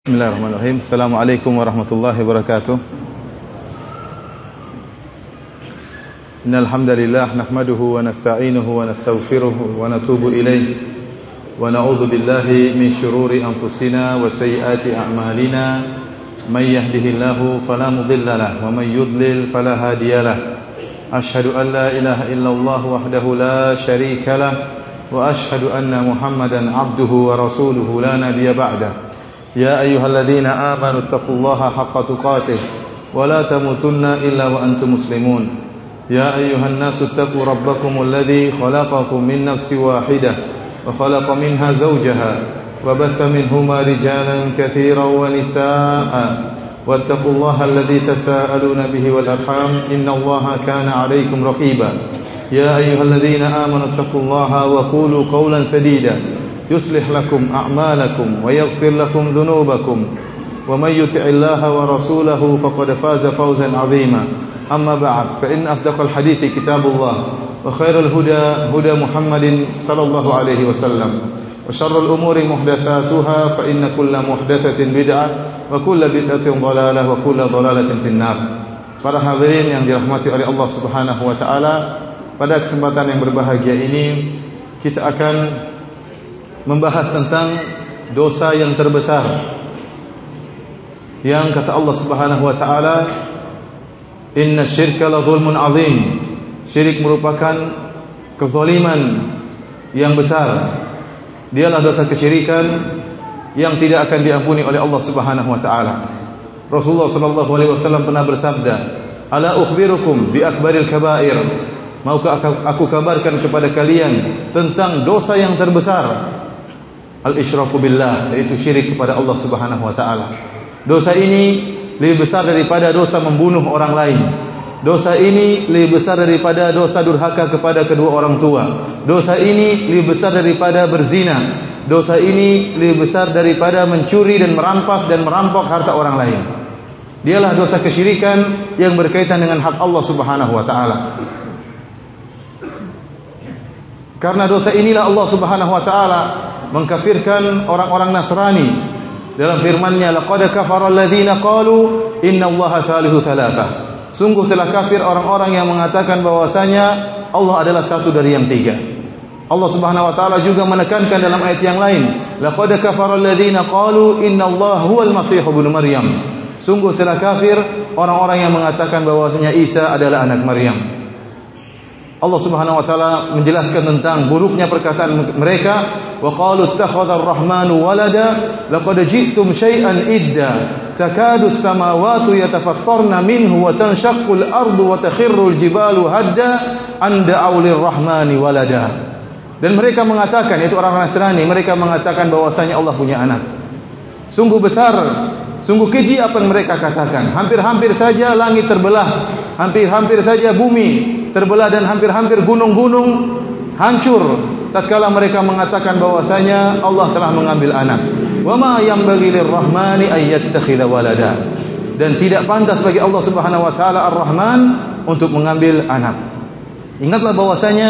Bismillahirrahmanirrahim. Assalamualaikum warahmatullahi wabarakatuh. Innal hamdalillah nahmaduhu wa nasta'inuhu wa nastaghfiruh wa natubu ilayh wa na'udzu billahi min shururi anfusina wa sayyiati a'malina. May yahdihillahu fala mudilla lahu wa may yudlil fala hadiya lahu. Ashhadu an la ilaha illallah wahdahu la syarika lahu wa ashhadu anna Muhammadan 'abduhu wa rasuluhu la nabiyya ba'dahu. يا أيها الذين آمنوا اتقوا الله حق تقاته ولا تموتن إلا وأنتم مسلمون يا أيها الناس اتقوا ربكم الذي خلقكم من نفس واحدة وخلق منها زوجها وبث منهما رجالا كثيرا ونساء واتقوا الله الذي تساءلون به والأرحام إن الله كان عليكم رقيبا يا أيها الذين آمنوا اتقوا الله وقولوا قولا سديدا يصلح لكم أعمالكم ويغفر لكم ذنوبكم ومن يطع الله ورسوله فقد فاز فوزا عظيما أما بعد فإن أصدق الحديث كتاب الله وخير الهدى هدى محمد صلى الله عليه وسلم وشر الأمور محدثاتها فإن كل محدثة بدعة وكل بدعة ضلالة وكل ضلالة في النار. Para hadirin yang dirahmati oleh Allah Subhanahu wa taala, pada kesempatan yang berbahagia ini kita akan membahas tentang dosa yang terbesar yang kata Allah Subhanahu wa taala, inna syirka la zulmun azim. Syirik merupakan kezaliman yang besar. Dialah dosa kesyirikan yang tidak akan diampuni oleh Allah Subhanahu wa taala. Rasulullah sallallahu alaihi wasallam pernah bersabda, ala ukhbirukum bi akbaril kabair. Maukah aku kabarkan kepada kalian tentang dosa yang terbesar? Al-isyraku billah, yaitu syirik kepada Allah Subhanahu wa taala. Dosa ini lebih besar daripada dosa membunuh orang lain. Dosa ini lebih besar daripada dosa durhaka kepada kedua orang tua. Dosa ini lebih besar daripada berzina. Dosa ini lebih besar daripada mencuri dan merampas dan merampok harta orang lain. Dialah dosa kesyirikan yang berkaitan dengan hak Allah Subhanahu wa taala. Karena dosa inilah Allah Subhanahu wa taala mengkafirkan orang-orang Nasrani dalam firman-Nya, laqad kafara alladziina qalu innallaha thalithu tsalatsa. Sungguh telah kafir orang-orang yang mengatakan bahwasanya Allah adalah satu dari yang tiga. Allah Subhanahu wa taala juga menekankan dalam ayat yang lain, laqad kafara alladziina qalu innallaha huwal masih ibnu maryam. Sungguh telah kafir orang-orang yang mengatakan bahwasanya Isa adalah anak Maryam. Allah Subhanahu wa taala menjelaskan tentang buruknya perkataan mereka, wa qalu ittakhadha ar-rahmanu walada laqad ji'tum syai'an idda takadu as-samawati yatafattarna minhu wa tanshaqqu al-ardu wa takhirru al-jibalu hadda an da'u lir-rahmani walada. Dan mereka mengatakan, yaitu orang Nasrani, mereka mengatakan bahwasanya Allah punya anak. Sungguh besar, sungguh keji apa yang mereka katakan. Hampir-hampir saja langit terbelah, hampir-hampir saja bumi terbelah dan hampir-hampir gunung-gunung hancur tatkala mereka mengatakan bahwasanya Allah telah mengambil anak. Wa ma yanbaghi lir-rahmani ay yattakhidha walada. Dan tidak pantas bagi Allah Subhanahu wa taala Ar-Rahman untuk mengambil anak. Ingatlah bahwasanya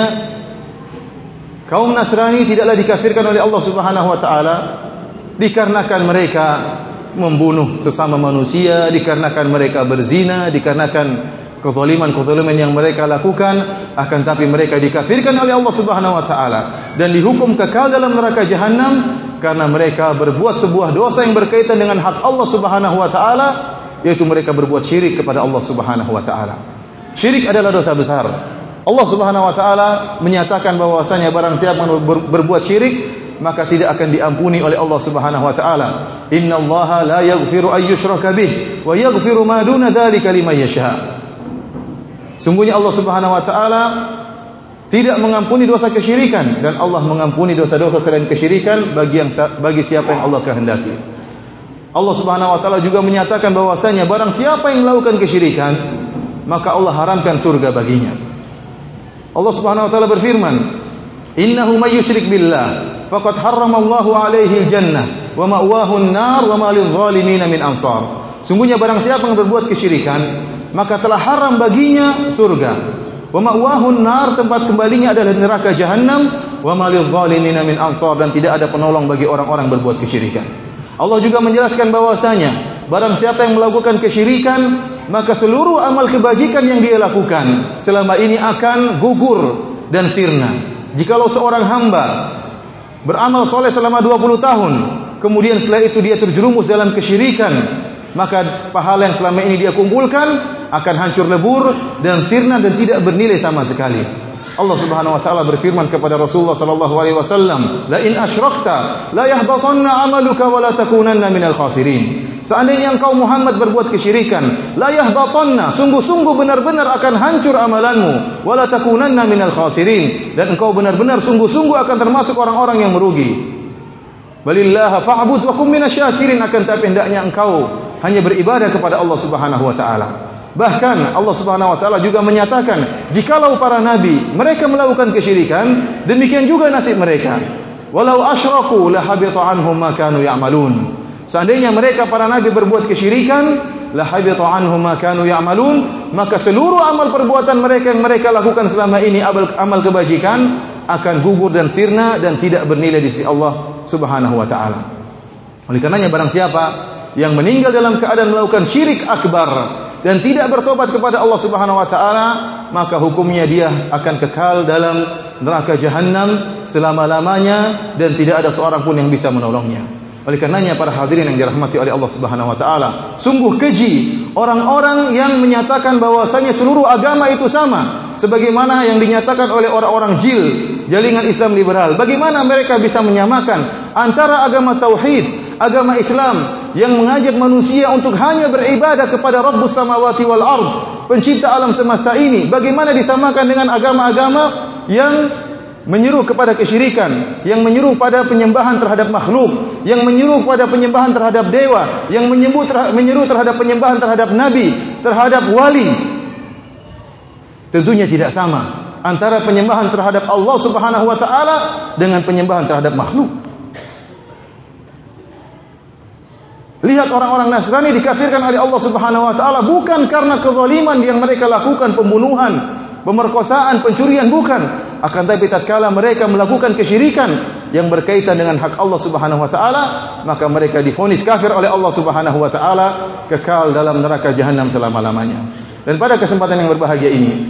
kaum Nasrani tidaklah dikafirkan oleh Allah Subhanahu wa taala dikarenakan mereka membunuh sesama manusia, dikarenakan mereka berzina, dikarenakan kezaliman-kezaliman yang mereka lakukan, akan tapi mereka dikafirkan oleh Allah Subhanahu wa taala dan dihukum kekal dalam neraka jahanam karena mereka berbuat sebuah dosa yang berkaitan dengan hak Allah Subhanahu wa taala, yaitu mereka berbuat syirik kepada Allah Subhanahu wa taala. Syirik adalah dosa besar. Allah Subhanahu wa taala menyatakan bahwasanya barang siapa yang berbuat syirik maka tidak akan diampuni oleh Allah Subhanahu wa taala. Innallaha la yaghfiru ay yushraka bih wa yaghfiru ma duna dzalika liman yasha. Sungguhnya Allah Subhanahu wa taala tidak mengampuni dosa kesyirikan dan Allah mengampuni dosa-dosa selain kesyirikan bagi siapa yang Allah kehendaki. Allah Subhanahu wa taala juga menyatakan bahwasanya barang siapa yang melakukan kesyirikan maka Allah haramkan surga baginya. Allah Subhanahu wa taala berfirman, innahu may yusyrik billah faqad harramallahu alaihi al-jannah wa ma'wahu an-nar wa ma lidh-dhalimin min ansar. Sungguhnya barang siapa yang berbuat kesyirikan maka telah haram baginya surga. Wa ma'wahu an-nar, tempat kembalinya adalah neraka jahanam, wa ma lidh-dhalimin min ansar, dan tidak ada penolong bagi orang-orang berbuat kesyirikan. Allah juga menjelaskan bahwasanya barang siapa yang melakukan kesyirikan, maka seluruh amal kebajikan yang dia lakukan selama ini akan gugur dan sirna. Jikalau seorang hamba beramal soleh selama 20 tahun, kemudian setelah itu dia terjerumus dalam kesyirikan, maka pahala yang selama ini dia kumpulkan akan hancur lebur dan sirna dan tidak bernilai sama sekali. Allah Subhanahu wa taala berfirman kepada Rasulullah sallallahu alaihi wasallam, "La in asyrakta la yahbatanna 'amaluka wa la takunanna minal khasirin." Seandainya engkau Muhammad berbuat kesyirikan, la yahbatanna, sungguh-sungguh benar-benar akan hancur amalanmu, wa la takunanna minal khasirin, dan engkau benar-benar sungguh-sungguh akan termasuk orang-orang yang merugi. Balillaha fa'bud wa kum minasyakirin, akan tapi hendaknya engkau hanya beribadah kepada Allah Subhanahu wa taala. Bahkan Allah Subhanahu wa taala juga menyatakan, jikalau para nabi mereka melakukan kesyirikan, demikian juga nasib mereka. Walau asyraku la habita anhum ma kanu ya'malun. Seandainya mereka para nabi berbuat kesyirikan, la habita anhum ma kanu ya'malun, maka seluruh amal perbuatan mereka yang mereka lakukan selama ini, amal kebajikan, akan gugur dan sirna dan tidak bernilai di sisi Allah Subhanahu wa taala. Oleh karenanya barang siapa yang meninggal dalam keadaan melakukan syirik akbar dan tidak bertobat kepada Allah Subhanahu wa taala, maka hukumnya dia akan kekal dalam neraka jahanam selama-lamanya dan tidak ada seorang pun yang bisa menolongnya. Oleh karenanya para hadirin yang dirahmati oleh Allah Subhanahu wa taala, sungguh keji orang-orang yang menyatakan bahwasanya seluruh agama itu sama, sebagaimana yang dinyatakan oleh orang-orang JIL, jaringan Islam liberal. Bagaimana mereka bisa menyamakan antara agama tauhid, agama Islam yang mengajak manusia untuk hanya beribadah kepada Rabbus samawati wal ard, pencipta alam semesta ini, bagaimana disamakan dengan agama-agama yang menyeru kepada kesyirikan, yang menyeru pada penyembahan terhadap makhluk, yang menyeru pada penyembahan terhadap dewa, yang menyeru terhadap penyembahan terhadap nabi, terhadap wali. Tentunya tidak sama antara penyembahan terhadap Allah Subhanahu wa taala dengan penyembahan terhadap makhluk. Lihat orang-orang Nasrani dikafirkan oleh Allah Subhanahu wa taala bukan karena kezaliman yang mereka lakukan, pembunuhan, pemerkosaan, pencurian, bukan. Akan tapi tatkala mereka melakukan kesyirikan yang berkaitan dengan hak Allah Subhanahu wa taala, maka mereka divonis kafir oleh Allah Subhanahu wa taala, kekal dalam neraka jahanam selama-lamanya. Dan pada kesempatan yang berbahagia ini,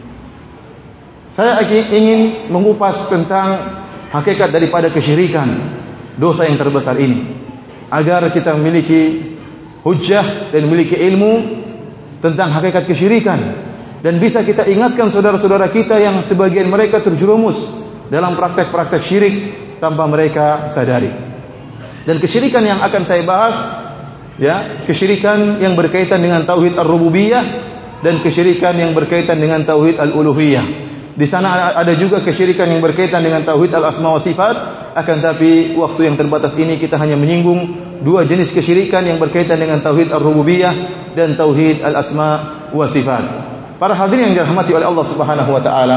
saya ingin mengupas tentang hakikat daripada kesyirikan, dosa yang terbesar ini, agar kita memiliki hujjah dan memiliki ilmu tentang hakikat kesyirikan, dan bisa kita ingatkan saudara-saudara kita yang sebagian mereka terjerumus dalam praktek-praktek syirik tanpa mereka sadari. Dan kesyirikan yang akan saya bahas, ya, kesyirikan yang berkaitan dengan tauhid ar-rububiyah dan kesyirikan yang berkaitan dengan tauhid al-uluhiyah. Di sana ada juga kesyirikan yang berkaitan dengan tauhid al-asma wa sifat. Akan tapi waktu yang terbatas ini kita hanya menyinggung dua jenis kesyirikan yang berkaitan dengan tauhid ar-rububiyah dan tauhid al-asma wa sifat. Para hadirin yang dirahmati oleh Allah Subhanahu wa taala,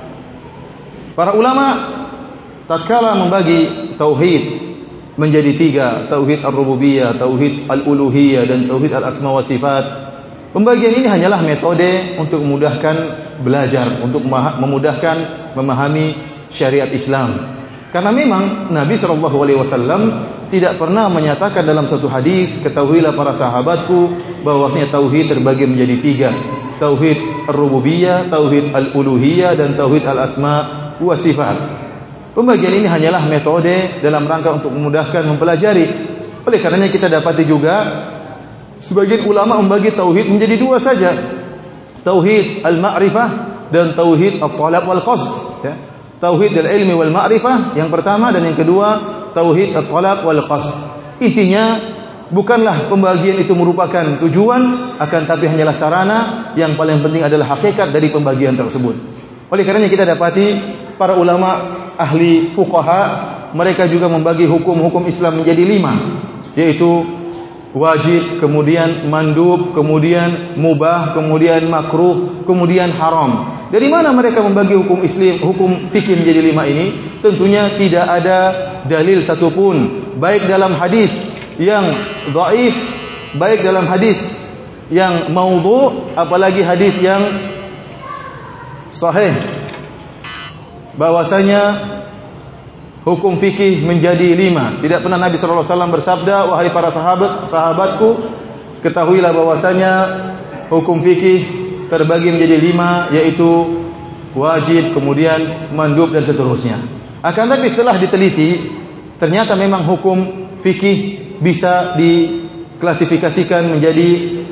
para ulama tatkala membagi tauhid menjadi tiga, tauhid ar-rububiyah, tauhid al-uluhiyah dan tauhid al-asma wa sifat, pembagian ini hanyalah metode untuk memudahkan belajar, untuk memudahkan memahami syariat Islam. Karena memang Nabi SAW tidak pernah menyatakan dalam suatu hadis, ketahuilah para sahabatku bahwasanya tauhid terbagi menjadi tiga, tauhid ar-rububiyah, tauhid al-uluhiyah dan tauhid al-asma wa sifat. Pembagian ini hanyalah metode dalam rangka untuk memudahkan mempelajari. Oleh karenanya kita dapati juga sebagian ulama membagi tauhid menjadi dua saja, tauhid al-ma'rifah dan tauhid at-talab wal qasd, ya. Tauhid al-ilmi wal ma'rifah yang pertama, dan yang kedua tauhid at-talab wal qasd. Intinya bukanlah pembagian itu merupakan tujuan, akan tapi hanyalah sarana. Yang paling penting adalah hakikat dari pembagian tersebut. Oleh karenanya kita dapati para ulama ahli fuqaha, mereka juga membagi hukum-hukum Islam menjadi 5, yaitu wajib, kemudian mandub, kemudian mubah, kemudian makruh, kemudian haram. Dari mana mereka membagi hukum Islam, hukum fikih menjadi 5 ini? Tentunya tidak ada dalil satupun, baik dalam hadis yang dhaif, baik dalam hadis yang maudhu', apalagi hadis yang sahih, bahwasanya hukum fikih menjadi 5. Tidak pernah Nabi sallallahu alaihi wasallam bersabda, "Wahai para sahabatku, ketahuilah bahwasanya hukum fikih terbagi menjadi 5, yaitu wajib, kemudian mandub dan seterusnya." Akan tapi setelah diteliti, ternyata memang hukum fikih bisa diklasifikasikan menjadi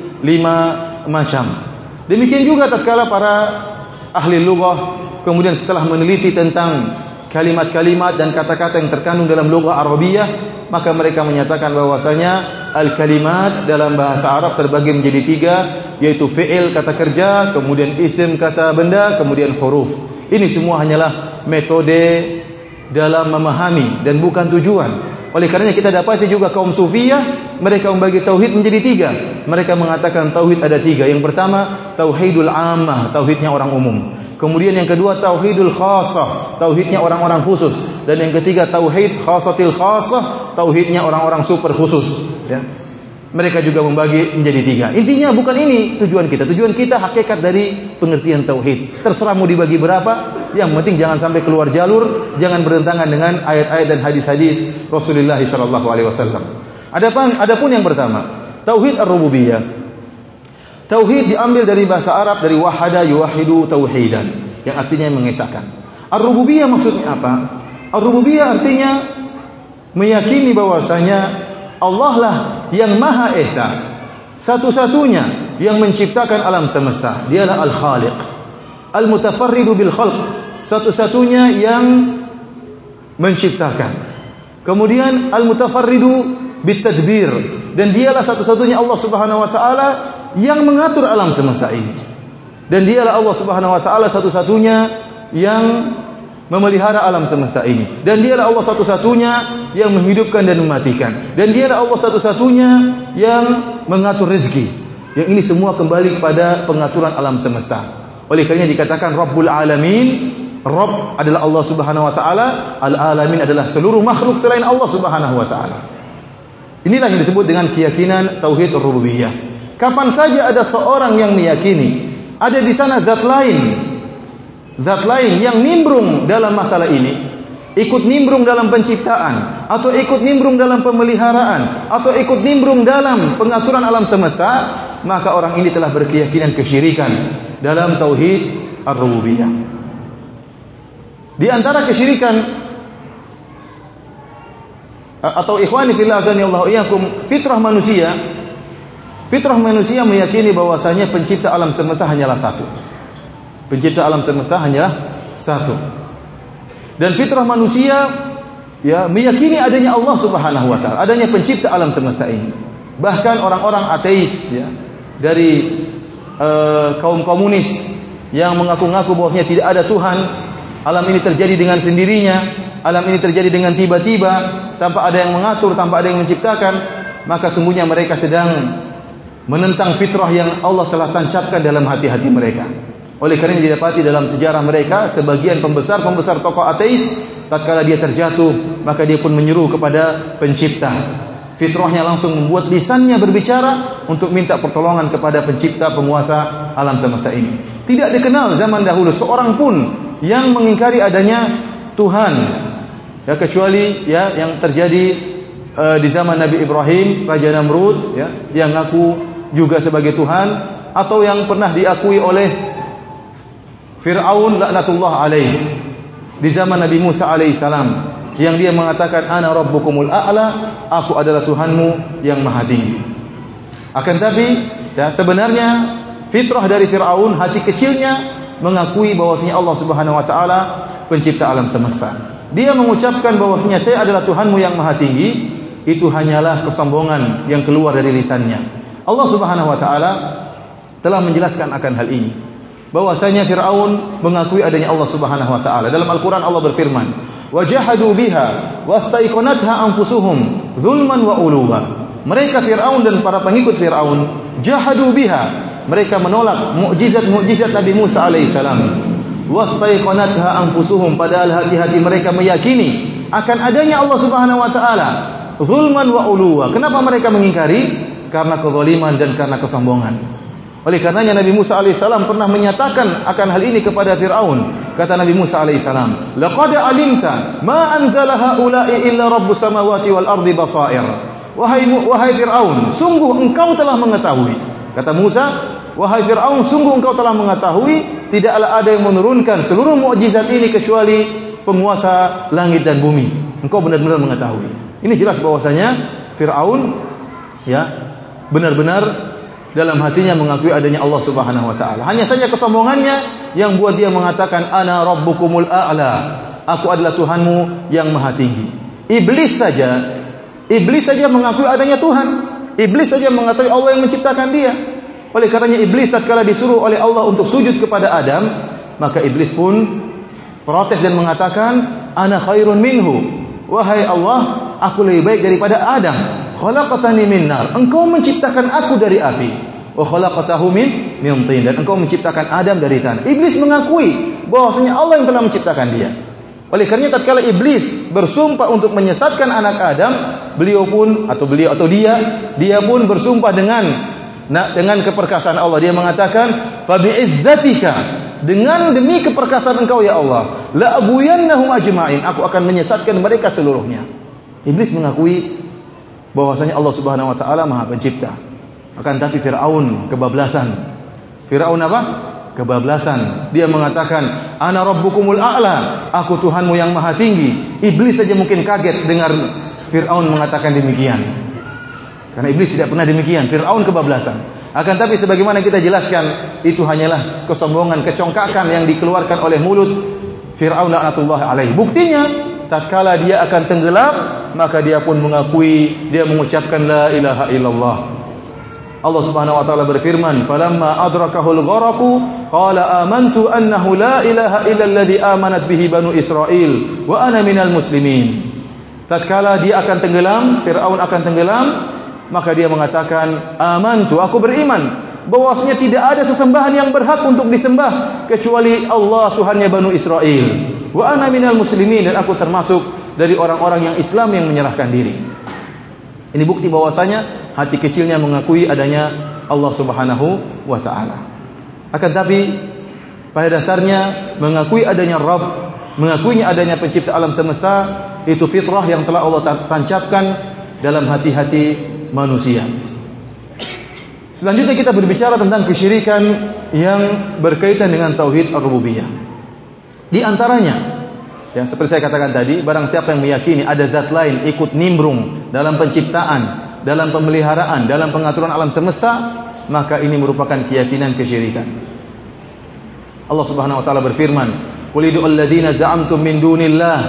5 macam. Demikian juga tatkala para ahli lughah kemudian setelah meneliti tentang kalimat-kalimat dan kata-kata yang terkandung dalam lughah Arabiyah, maka mereka menyatakan bahwasanya al-kalimat dalam bahasa Arab terbagi menjadi 3, yaitu fi'il, kata kerja, kemudian isim, kata benda, kemudian huruf. Ini semua hanyalah metode dalam memahami dan bukan tujuan. Oleh karenanya kita dapati juga kaum Sufiyah, mereka membagi tauhid menjadi 3. Mereka mengatakan tauhid ada 3. Yang pertama, tauhidul ammah, tauhidnya orang umum. Kemudian yang kedua, tauhidul khassah, tauhidnya orang-orang khusus. Dan yang ketiga, tauhid khassatil khassah, tauhidnya orang-orang super khusus. Ya. Mereka juga membagi menjadi 3. Intinya bukan ini tujuan kita. Tujuan kita hakikat dari pengertian tauhid. Terserah mau dibagi berapa, yang penting jangan sampai keluar jalur, jangan bertentangan dengan ayat-ayat dan hadis-hadis Rasulullah sallallahu alaihi wasallam. Adapun yang pertama, tauhid ar-rububiyah. Tauhid diambil dari bahasa Arab, dari wahada yuwahidu tauhidan, yang artinya mengesahkan. Ar-rububiyah maksudnya apa? Ar-rububiyah artinya meyakini bahwasanya Allah lah yang Maha Esa, satu-satunya yang menciptakan alam semesta. Dialah Al-Khaliq, Al-Mutafarridu bil Khalq, satu-satunya yang menciptakan. Kemudian Al-Mutafarridu bit Tadbir, dan dialah satu-satunya Allah Subhanahu wa taala yang mengatur alam semesta ini. Dan dialah Allah Subhanahu wa taala satu-satunya yang memelihara alam semesta ini. Dan dialah Allah satu-satunya yang menghidupkan dan mematikan. Dan dialah Allah satu-satunya yang mengatur rezeki. Yang ini semua kembali kepada pengaturan alam semesta. Oleh karenanya dikatakan Rabbul Alamin. Rabb adalah Allah Subhanahu wa taala, Al-Alamin adalah seluruh makhluk selain Allah Subhanahu wa taala. Inilah yang disebut dengan keyakinan tauhid rububiyah. Kapan saja ada seorang yang meyakini ada di sana zat lain yang nimbrung dalam masalah ini, ikut nimbrung dalam penciptaan, atau ikut nimbrung dalam pemeliharaan, atau ikut nimbrung dalam pengaturan alam semesta, maka orang ini telah berkeyakinan kesyirikan dalam tauhid ar-rububiyah. Di antara kesyirikan atau ikhwani fillah azanillahu iyyakum, fitrah manusia meyakini bahwasanya pencipta alam semesta hanyalah satu. Pencipta alam semesta hanyalah satu. Dan fitrah manusia meyakini adanya Allah Subhanahu wa taala, adanya pencipta alam semesta ini. Bahkan orang-orang ateis dari kaum komunis yang mengaku-ngaku bahwasanya tidak ada Tuhan, alam ini terjadi dengan sendirinya, alam ini terjadi dengan tiba-tiba, tanpa ada yang mengatur, tanpa ada yang menciptakan, maka sungguhnya mereka sedang menentang fitrah yang Allah telah tancapkan dalam hati-hati mereka. Oleh karena didapati dalam sejarah mereka, sebagian pembesar tokoh ateis, tatkala dia terjatuh, maka dia pun menyeru kepada pencipta. Fitrahnya langsung membuat lisannya berbicara untuk minta pertolongan kepada pencipta, penguasa alam semesta ini. Tidak dikenal zaman dahulu seorang pun yang mengingkari adanya Tuhan, kecuali yang terjadi di zaman Nabi Ibrahim, Raja Namrud, yang ngaku juga sebagai Tuhan, atau yang pernah diakui oleh Fir'aun laknatullah alaih di zaman Nabi Musa alaihissalam, yang dia mengatakan ana rabbukumul a'la, aku adalah Tuhanmu yang maha tinggi. Akan tapi sebenarnya fitrah dari Fir'aun, hati kecilnya mengakui bahwasanya Allah Subhanahu wa taala pencipta alam semesta. Dia mengucapkan bahwasanya saya adalah Tuhanmu yang maha tinggi, itu hanyalah kesombongan yang keluar dari lisannya. Allah Subhanahu wa taala telah menjelaskan akan hal ini, bahwasanya Fir'aun mengakui adanya Allah Subhanahu wa taala. Dalam Al-Qur'an Allah berfirman, "Wajahadu biha wastaiqanatha anfusuhum zulman wa uluwa." Mereka Fir'aun dan para pengikut Fir'aun jahadu biha, mereka menolak mukjizat Nabi Musa alaihissalam. Wastaiqanatha anfusuhum, padahal hati-hati mereka meyakini akan adanya Allah Subhanahu wa taala, zulman wa uluwa. Kenapa mereka mengingkari? Karena kezaliman dan karena kesombongan. Oleh karenanya Nabi Musa alaihissalam pernah menyatakan akan hal ini kepada Fir'aun. Kata Nabi Musa alaihissalam, "Laqad alimta ma anzala haula'i illa rabbus samawati wal ardi basair." Wahai Fir'aun, sungguh engkau telah mengetahui. Kata Musa, "Wahai Fir'aun, sungguh engkau telah mengetahui tidaklah ada yang menurunkan seluruh mukjizat ini kecuali penguasa langit dan bumi." Engkau benar-benar mengetahui. Ini jelas bahwasanya Fir'aun benar-benar dalam hatinya mengakui adanya Allah Subhanahu wa taala. Hanya saja kesombongannya yang buat dia mengatakan ana rabbukumul a'la. Aku adalah Tuhanmu yang maha tinggi. Iblis saja mengakui adanya Tuhan. Iblis saja mengakui Allah yang menciptakan dia. Oleh karenanya iblis tatkala disuruh oleh Allah untuk sujud kepada Adam, maka iblis pun protes dan mengatakan ana khairun minhu. Wahai Allah, aku lebih baik daripada Adam. Khalaqtani min nar. Engkau menciptakan aku dari api. Wa khalaqtahu min tin. Dan engkau menciptakan Adam dari tanah. Iblis mengakui bahwasanya Allah yang telah menciptakan dia. Oleh karenanya tatkala iblis bersumpah untuk menyesatkan anak Adam, dia pun bersumpah dengan keperkasaan Allah. Dia mengatakan, "Fa bi'izzatika," dengan demi keperkasaan engkau ya Allah, la abuyannahum ajma'in, aku akan menyesatkan mereka seluruhnya. Iblis mengakui bahwasanya Allah Subhanahu wa taala Maha Pencipta. Akan tapi Firaun kebablasan. Firaun apa? Kebablasan. Dia mengatakan, "Ana rabbukumul a'la," aku Tuhanmu yang Maha Tinggi. Iblis saja mungkin kaget dengar Firaun mengatakan demikian. Karena iblis tidak pernah demikian. Firaun kebablasan. Akan tapi sebagaimana kita jelaskan, itu hanyalah kesombongan, kecongkakan yang dikeluarkan oleh mulut Fir'aun laknatullah alaihi. Buktinya, tatkala dia akan tenggelam, maka dia pun mengakui, dia mengucapkan la ilaha illallah. Allah Subhanahu wa taala berfirman, "Falamma adrakahul gharaqu qala amantu annahu la ilaha illa alladhi amanat bihi banu Israil wa ana minal muslimin." Tatkala dia akan tenggelam, Firaun akan tenggelam, maka dia mengatakan, "Amantu, aku beriman bahwasanya tidak ada sesembahan yang berhak untuk disembah kecuali Allah, Tuhannya Banu Israel. Wa ana minal muslimin, dan aku termasuk dari orang-orang yang Islam yang menyerahkan diri." Ini bukti bahwasanya hati kecilnya mengakui adanya Allah Subhanahu wa taala. Akan tapi pada dasarnya mengakui adanya Rabb, mengakuinya adanya pencipta alam semesta, itu fitrah yang telah Allah tancapkan dalam hati-hati manusia. Selanjutnya kita berbicara tentang kesyirikan yang berkaitan dengan tauhid ar-rububiyah. Di antaranya, yang seperti saya katakan tadi, barang siapa yang meyakini ada zat lain ikut nimbrung dalam penciptaan, dalam pemeliharaan, dalam pengaturan alam semesta, maka ini merupakan keyakinan kesyirikan. Allah Subhanahu wa taala berfirman, "Qul id'u alladziina za'amtum min dunillah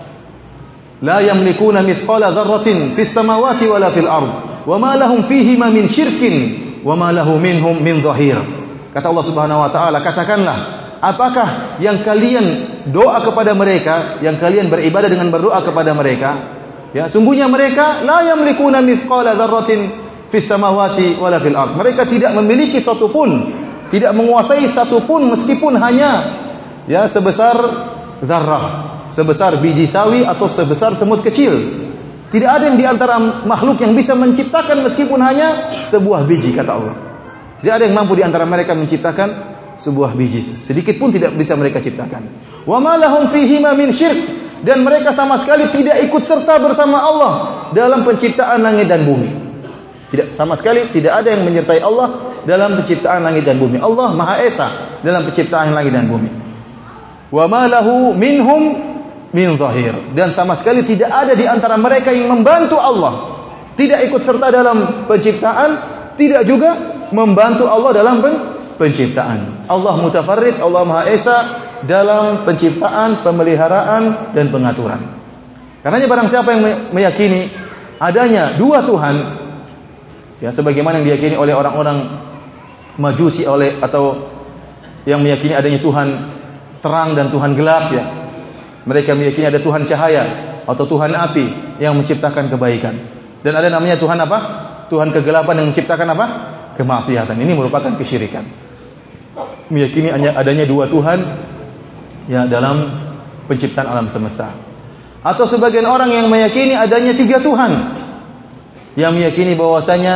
la yamlikuna mithqala dzarratin fis samawati wala fil ard wa ma lahum fihi ma min syirkin wa ma lahu minhum min dhahir." Kata Allah Subhanahu wa taala, katakanlah, apakah yang kalian doa kepada mereka, yang kalian beribadah dengan berdoa kepada mereka, ya, sungguhnya mereka la yamlikuna mithqala dzarratin fis samawati wala fil ard. Mereka tidak memiliki satu pun, tidak menguasai satu pun meskipun hanya ya sebesar zarrah, sebesar biji sawi atau sebesar semut kecil. Tidak ada yang di antara makhluk yang bisa menciptakan meskipun hanya sebuah biji, kata Allah. Tidak ada yang mampu di antara mereka menciptakan sebuah biji. Sedikit pun tidak bisa mereka ciptakan. Wa ma lahum fihi ma min syirk, dan mereka sama sekali tidak ikut serta bersama Allah dalam penciptaan langit dan bumi. Tidak, sama sekali tidak ada yang menyertai Allah dalam penciptaan langit dan bumi. Allah Maha Esa dalam penciptaan langit dan bumi. Wa ma lahu minhum min zahir, dan sama sekali tidak ada di antara mereka yang membantu Allah. Tidak ikut serta dalam penciptaan, tidak juga membantu Allah dalam penciptaan. Allah mutafarrid, Allah Maha Esa dalam penciptaan, pemeliharaan dan pengaturan. Karenanya barang siapa yang meyakini adanya dua Tuhan, ya sebagaimana yang diyakini oleh orang-orang Majusi atau yang meyakini adanya Tuhan terang dan Tuhan gelap, ya. Mereka meyakini ada Tuhan cahaya atau Tuhan api yang menciptakan kebaikan. Dan ada namanya Tuhan apa? Tuhan kegelapan yang menciptakan apa? Kemaksiatan. Ini merupakan kesyirikan. Meyakini adanya dua Tuhan ya dalam penciptaan alam semesta. Atau sebagian orang yang meyakini adanya tiga Tuhan, yang meyakini bahwasanya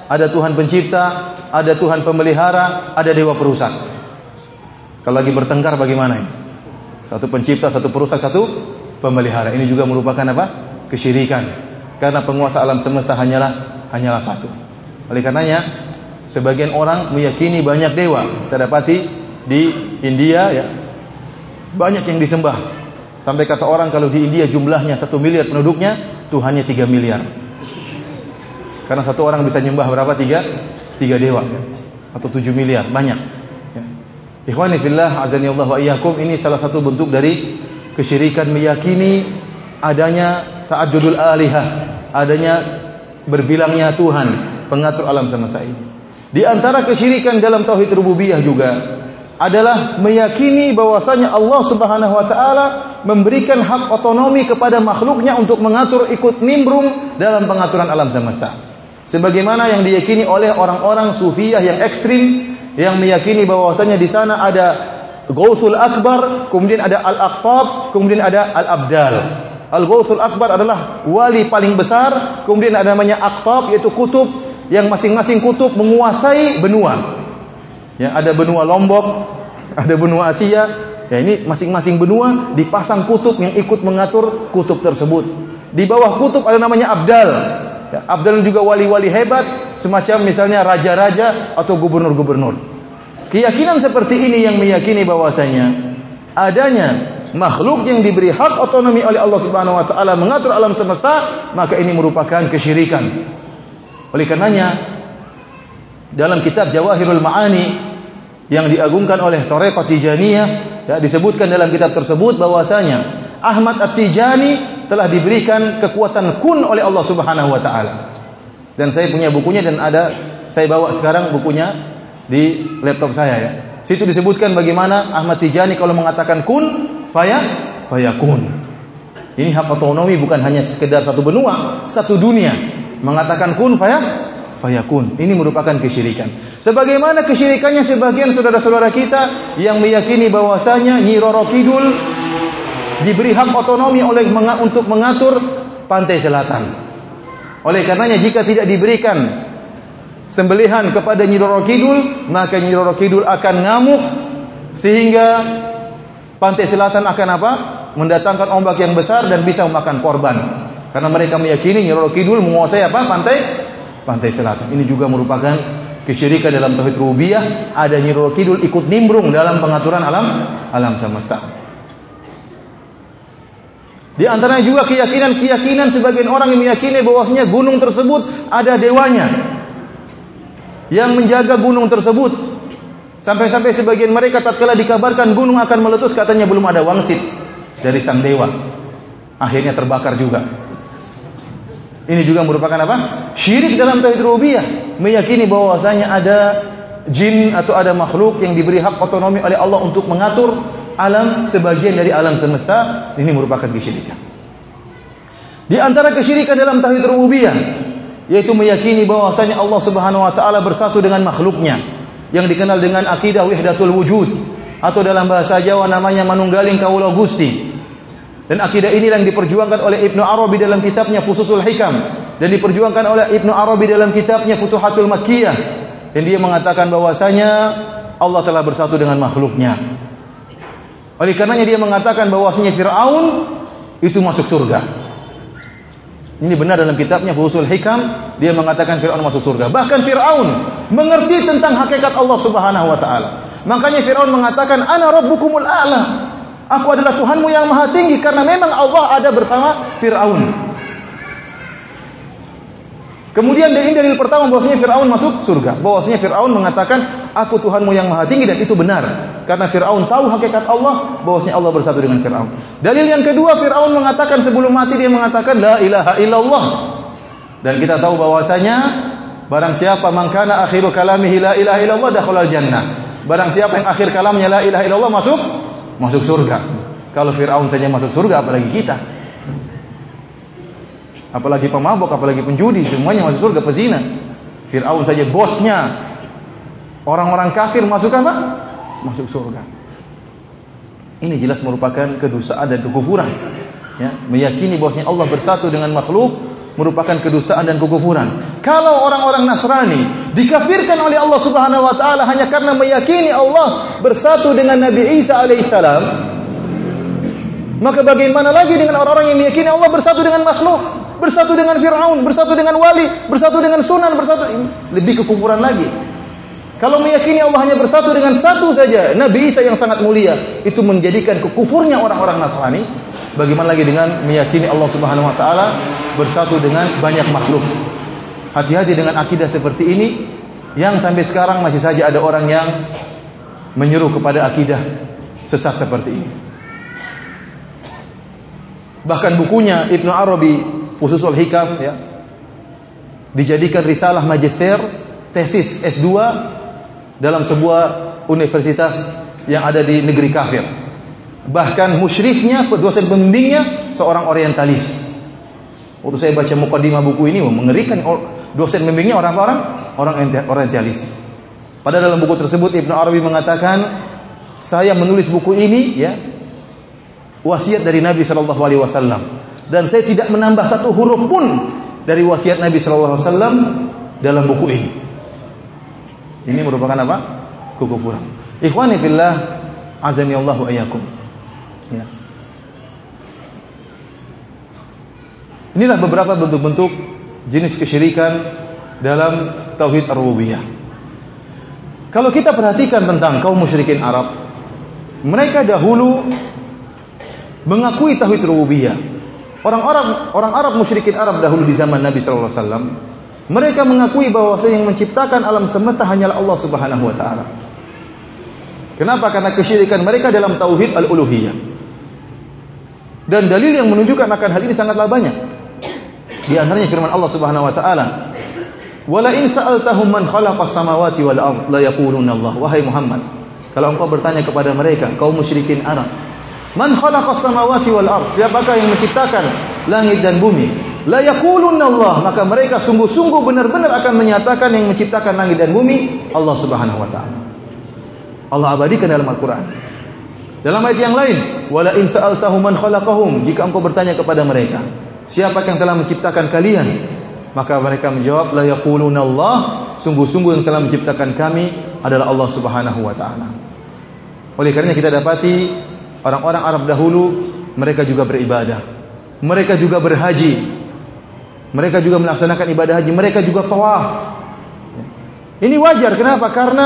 ada Tuhan pencipta, ada Tuhan pemelihara, ada dewa perusak. Kalau lagi bertengkar bagaimana ini? Satu pencipta, satu perusak, satu pemelihara. Ini juga merupakan apa? Kesyirikan. Karena penguasa alam semesta hanyalah satu. Oleh karenanya, sebagian orang meyakini banyak dewa. Kita dapati di India ya, banyak yang disembah. Sampai kata orang kalau di India jumlahnya 1 miliar penduduknya, Tuhannya 3 miliar. Karena satu orang bisa nyembah berapa? 3 dewa ya. Atau 7 miliar, banyak ya. Ikhwani fillah, azani Allah wa iyyakum, ini salah satu bentuk dari kesyirikan, meyakini adanya ta'addudul alihah, adanya berbilangnya Tuhan pengatur alam semesta ini. Di antara kesyirikan dalam tauhid rububiyah juga adalah meyakini bahwasanya Allah Subhanahu wa taala memberikan hak otonomi kepada makhluknya untuk mengatur, ikut nimbrung dalam pengaturan alam semesta. Sebagaimana yang diyakini oleh orang-orang sufiyah yang ekstrim, yang meyakini bahwasanya di sana ada Ghauthul Akbar, kemudian ada Al-Aqtab, kemudian ada Al-Abdal. Al-Ghauthul Akbar adalah wali paling besar, kemudian ada namanya Aqtab, yaitu kutub, yang masing-masing kutub menguasai benua. Ya, ada benua Lombok, ada benua Asia. Ya, ini masing-masing benua dipasang kutub yang ikut mengatur kutub tersebut. Di bawah kutub ada namanya Abdal. Ya, Abdal juga wali-wali hebat, semacam misalnya raja-raja atau gubernur-gubernur. Keyakinan seperti ini yang meyakini bahwasanya adanya makhluk yang diberi hak otonomi oleh Allah Subhanahu wa taala mengatur alam semesta, maka ini merupakan kesyirikan. Oleh karenanya dalam kitab Jawahirul Ma'ani yang diagungkan oleh Thariqah Tijaniyah, ya, disebutkan dalam kitab tersebut bahwasanya Ahmad At-Tijani telah diberikan kekuatan kun oleh Allah Subhanahu wa taala. Dan saya punya bukunya dan saya bawa sekarang bukunya di laptop saya ya. Situ disebutkan bagaimana Ahmad Tijani kalau mengatakan kun fayakun. Ini hak otonomi bukan hanya sekedar satu benua, satu dunia. Mengatakan kun fayakun. Ini merupakan kesyirikan. Sebagaimana kesyirikannya sebagian saudara-saudara kita yang meyakini bahwasanya Nyi Roro Kidul diberi hak otonomi untuk mengatur pantai selatan. Oleh karenanya jika tidak diberikan sembelihan kepada Nyi Roro Kidul, maka Nyi Roro Kidul akan ngamuk sehingga pantai selatan akan apa? Mendatangkan ombak yang besar dan bisa memakan korban. Karena mereka meyakini Nyi Roro Kidul menguasai apa? Pantai selatan. Ini juga merupakan kesyirikan dalam tauhid rububiyah. Ada Nyi Roro Kidul ikut nimbrung dalam pengaturan alam semesta. Di antaranya juga keyakinan sebagian orang yang meyakini bahwasanya gunung tersebut ada dewanya yang menjaga gunung tersebut. Sampai-sampai sebagian mereka tatkala dikabarkan gunung akan meletus, katanya belum ada wangsit dari sang dewa. Akhirnya terbakar juga. Ini juga merupakan apa? Syirik dalam tauhid rububiyah, meyakini bahwasanya ada jin atau ada makhluk yang diberi hak otonomi oleh Allah untuk mengatur alam, sebagian dari alam semesta. Ini merupakan kesyirikan. Di antara kesyirikan dalam tauhid rububiyah yaitu meyakini bahwasanya Allah Subhanahu wa taala bersatu dengan makhluknya, yang dikenal dengan akidah wahdatul wujud, atau dalam bahasa Jawa namanya manunggaling kawula Gusti. Dan akidah ini yang diperjuangkan oleh Ibnu Arabi dalam kitabnya Fususul Hikam, dan diperjuangkan oleh Ibnu Arabi dalam kitabnya Futuhatul Makkiyah. Dan dia mengatakan bahwasanya Allah telah bersatu dengan makhluknya. Oleh karenanya dia mengatakan bahwasanya Fir'aun itu masuk surga. Ini benar dalam kitabnya Fususul Hikam, dia mengatakan Fir'aun masuk surga. Bahkan Fir'aun mengerti tentang hakikat Allah Subhanahu wa taala. Makanya Fir'aun mengatakan ana rabbukumul a'la. Aku adalah Tuhanmu yang maha tinggi, karena memang Allah ada bersama Fir'aun. Kemudian ini dalil pertama bahwasanya Fir'aun masuk surga. Bahwasanya Fir'aun mengatakan aku Tuhanmu yang maha tinggi, dan itu benar. Karena Fir'aun tahu hakikat Allah, bahwasanya Allah bersatu dengan Fir'aun. Dalil yang kedua, Fir'aun mengatakan sebelum mati dia mengatakan la ilaha illallah. Dan kita tahu bahwasanya barang siapa man kana akhiru kalamihi la ilaha illallah dakhalal jannah. Barang siapa yang akhir kalamnya la ilaha illallah masuk surga. Kalau Fir'aun saja masuk surga, apalagi kita? Apalagi pemabok, apalagi penjudi, semuanya masuk surga, pezina. Fir'aun saja bosnya orang-orang kafir masuk apa? Masuk surga. Ini jelas merupakan kedosaan dan kekufuran. Ya, meyakini bahwasanya Allah bersatu dengan makhluk, merupakan kedustaan dan kekufuran. Kalau orang-orang Nasrani dikafirkan oleh Allah Subhanahu wa taala hanya karena meyakini Allah bersatu dengan Nabi Isa alaihissalam, maka bagaimana lagi dengan orang-orang yang meyakini Allah bersatu dengan makhluk, bersatu dengan Fir'aun, bersatu dengan wali, bersatu dengan sunan, bersatu, lebih kekufuran lagi. Kalau meyakini Allah hanya bersatu dengan satu saja, Nabi Isa yang sangat mulia, itu menjadikan kekufurnya orang-orang Nasrani. Bagaimana lagi dengan meyakini Allah Subhanahu wa taala bersatu dengan banyak makhluk. Hati-hati dengan akidah seperti ini, yang sampai sekarang masih saja ada orang yang menyuruh kepada akidah sesat seperti ini. Bahkan bukunya Ibnu Arabi Fususul Hikam ya, dijadikan risalah magister, tesis S2 dalam sebuah universitas yang ada di negeri kafir. Bahkan musyrifnya, dosen pembimbingnya seorang orientalis. Waktu saya baca mukadimah buku ini mengerikan, dosen pembimbingnya orang orientalis. Pada dalam buku tersebut Ibnu Arabi mengatakan, saya menulis buku ini ya, wasiat dari Nabi sallallahu alaihi wasallam, dan saya tidak menambah satu huruf pun dari wasiat Nabi sallallahu alaihi wasallam dalam buku ini. Ini merupakan apa? Kekufuran. Ikhwani fillah, azani Allahu ayyakum. Ya. Inilah beberapa bentuk-bentuk jenis kesyirikan dalam tauhid ar-rububiyah. Kalau kita perhatikan tentang kaum musyrikin Arab, mereka dahulu mengakui tauhid rububiyah. Orang Arab musyrikin Arab dahulu di zaman Nabi sallallahu alaihi wasallam, mereka mengakui bahwa yang menciptakan alam semesta hanyalah Allah Subhanahu wa taala. Kenapa? Karena kesyirikan mereka dalam tauhid al-uluhiyah. Dan dalil yang menunjukkan akan hal ini sangatlah banyak. Di antaranya firman Allah Subhanahu wa taala, "Wala in sa'altahum man khalaqas samawati wal ard la yaquluna Allah." Wahai Muhammad, kalau engkau bertanya kepada mereka, kaum musyrikin Arab, man khalaqas samawati wal ard, siapakah yang menciptakan langit dan bumi? La yaqulunna Allah, maka mereka sungguh-sungguh benar-benar akan menyatakan yang menciptakan langit dan bumi Allah Subhanahu wa taala. Allah abadikan dalam Al-Qur'an. Dalam ayat yang lain, wala in sa'altahum man khalaqahum, jika engkau bertanya kepada mereka, siapa yang telah menciptakan kalian? Maka mereka menjawab, la yaqulunna Allah, sungguh-sungguh yang telah menciptakan kami adalah Allah Subhanahu wa taala. Oleh karena kita dapati orang-orang Arab dahulu mereka juga beribadah. Mereka juga berhaji. Mereka juga melaksanakan ibadah haji, mereka juga tawaf. Ini wajar, kenapa? Karena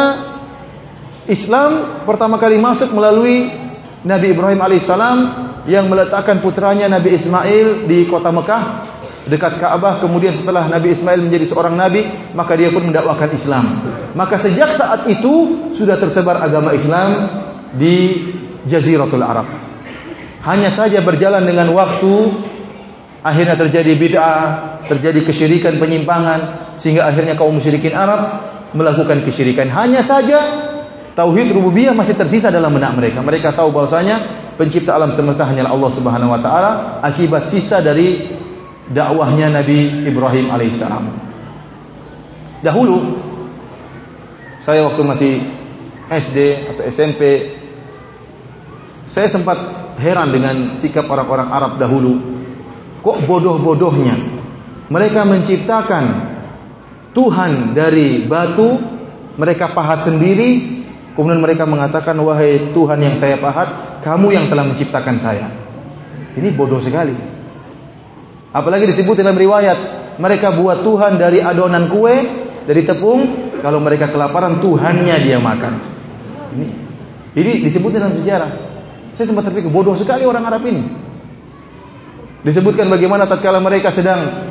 Islam pertama kali masuk melalui Nabi Ibrahim alaihissalam yang meletakkan putranya Nabi Ismail di kota Mekah dekat Ka'bah. Kemudian setelah Nabi Ismail menjadi seorang nabi, maka dia pun mendakwakan Islam. Maka sejak saat itu sudah tersebar agama Islam di Jaziratul Arab. Hanya saja berjalan dengan waktu, akhirnya terjadi bid'ah, terjadi kesyirikan, penyimpangan, sehingga akhirnya kaum musyrikin Arab melakukan kesyirikan. Hanya saja tauhid rububiyah masih tersisa dalam benak mereka. Mereka tahu bahwasanya pencipta alam semesta hanyalah Allah Subhanahu wa taala, akibat sisa dari dakwahnya Nabi Ibrahim alaihissalam. Dahulu saya waktu masih SD atau SMP, saya sempat heran dengan sikap orang-orang Arab dahulu. Kok bodoh-bodohnya mereka menciptakan Tuhan dari batu, mereka pahat sendiri, kemudian mereka mengatakan, wahai Tuhan yang saya pahat, kamu yang telah menciptakan saya. Ini bodoh sekali. Apalagi disebut dalam riwayat, mereka buat Tuhan dari adonan kue, dari tepung, kalau mereka kelaparan Tuhannya dia makan. Ini disebut dalam sejarah. Saya sempat terpikir, bodoh sekali orang Arab ini. Disebutkan bagaimana tatkala mereka sedang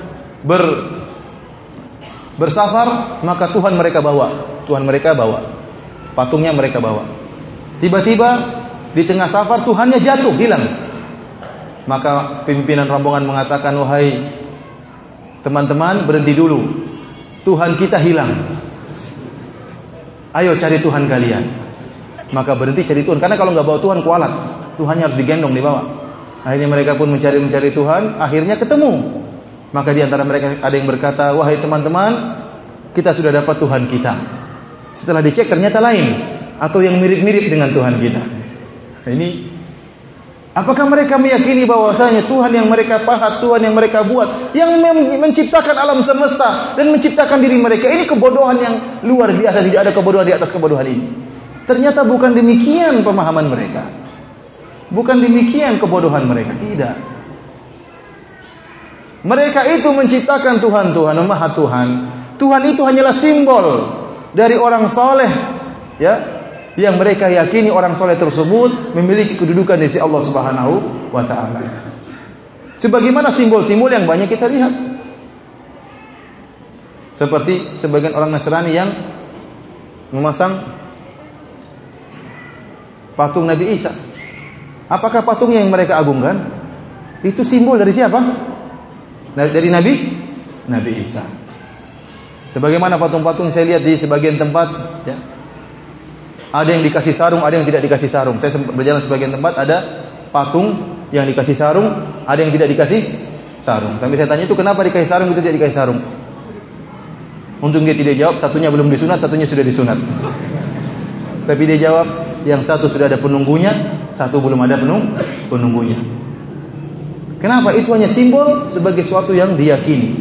bersafar, maka Tuhan mereka bawa, patungnya mereka bawa. Tiba-tiba di tengah safar Tuhannya jatuh, hilang. Maka pimpinan rombongan mengatakan, wahai teman-teman, berhenti dulu, Tuhan kita hilang. Ayo cari Tuhan kalian. Maka berhenti cari Tuhan, karena kalau nggak bawa Tuhan kualat, Tuhannya harus digendong, dibawa. Akhirnya mereka pun mencari Tuhan, akhirnya ketemu. Maka di antara mereka ada yang berkata, wahai teman-teman, kita sudah dapat Tuhan kita. Setelah dicek ternyata lain, atau yang mirip-mirip dengan Tuhan kita. Ini Apakah mereka meyakini bahwasanya Tuhan yang mereka pahat, Tuhan yang mereka buat, yang menciptakan alam semesta dan menciptakan diri mereka, ini kebodohan yang luar biasa, tidak ada kebodohan di atas kebodohan ini. Ternyata bukan demikian pemahaman mereka. Bukan demikian kebodohan mereka, tidak. Mereka itu menciptakan Tuhan-Tuhan, Maha Tuhan. Tuhan itu hanyalah simbol dari orang soleh, ya, yang mereka yakini orang soleh tersebut memiliki kedudukan di sisi Allah Subhanahu wa Ta'ala. Sebagaimana simbol-simbol yang banyak kita lihat, seperti sebagian orang Nasrani yang memasang patung Nabi Isa. Apakah patung yang mereka agungkan itu simbol dari siapa? Dari Nabi Isa. Sebagaimana patung-patung saya lihat di sebagian tempat, ya, ada yang dikasih sarung, ada yang tidak dikasih sarung. Saya berjalan sebagian tempat, ada patung yang dikasih sarung, ada yang tidak dikasih sarung. Sampai saya tanya, itu kenapa dikasih sarung, itu tidak dikasih sarung? Untung dia tidak jawab, satunya belum disunat, satunya sudah disunat. Tapi dia jawab, yang satu sudah ada penunggunya, satu belum ada penunggunya. Kenapa? Itu hanya simbol sebagai sesuatu yang diyakini.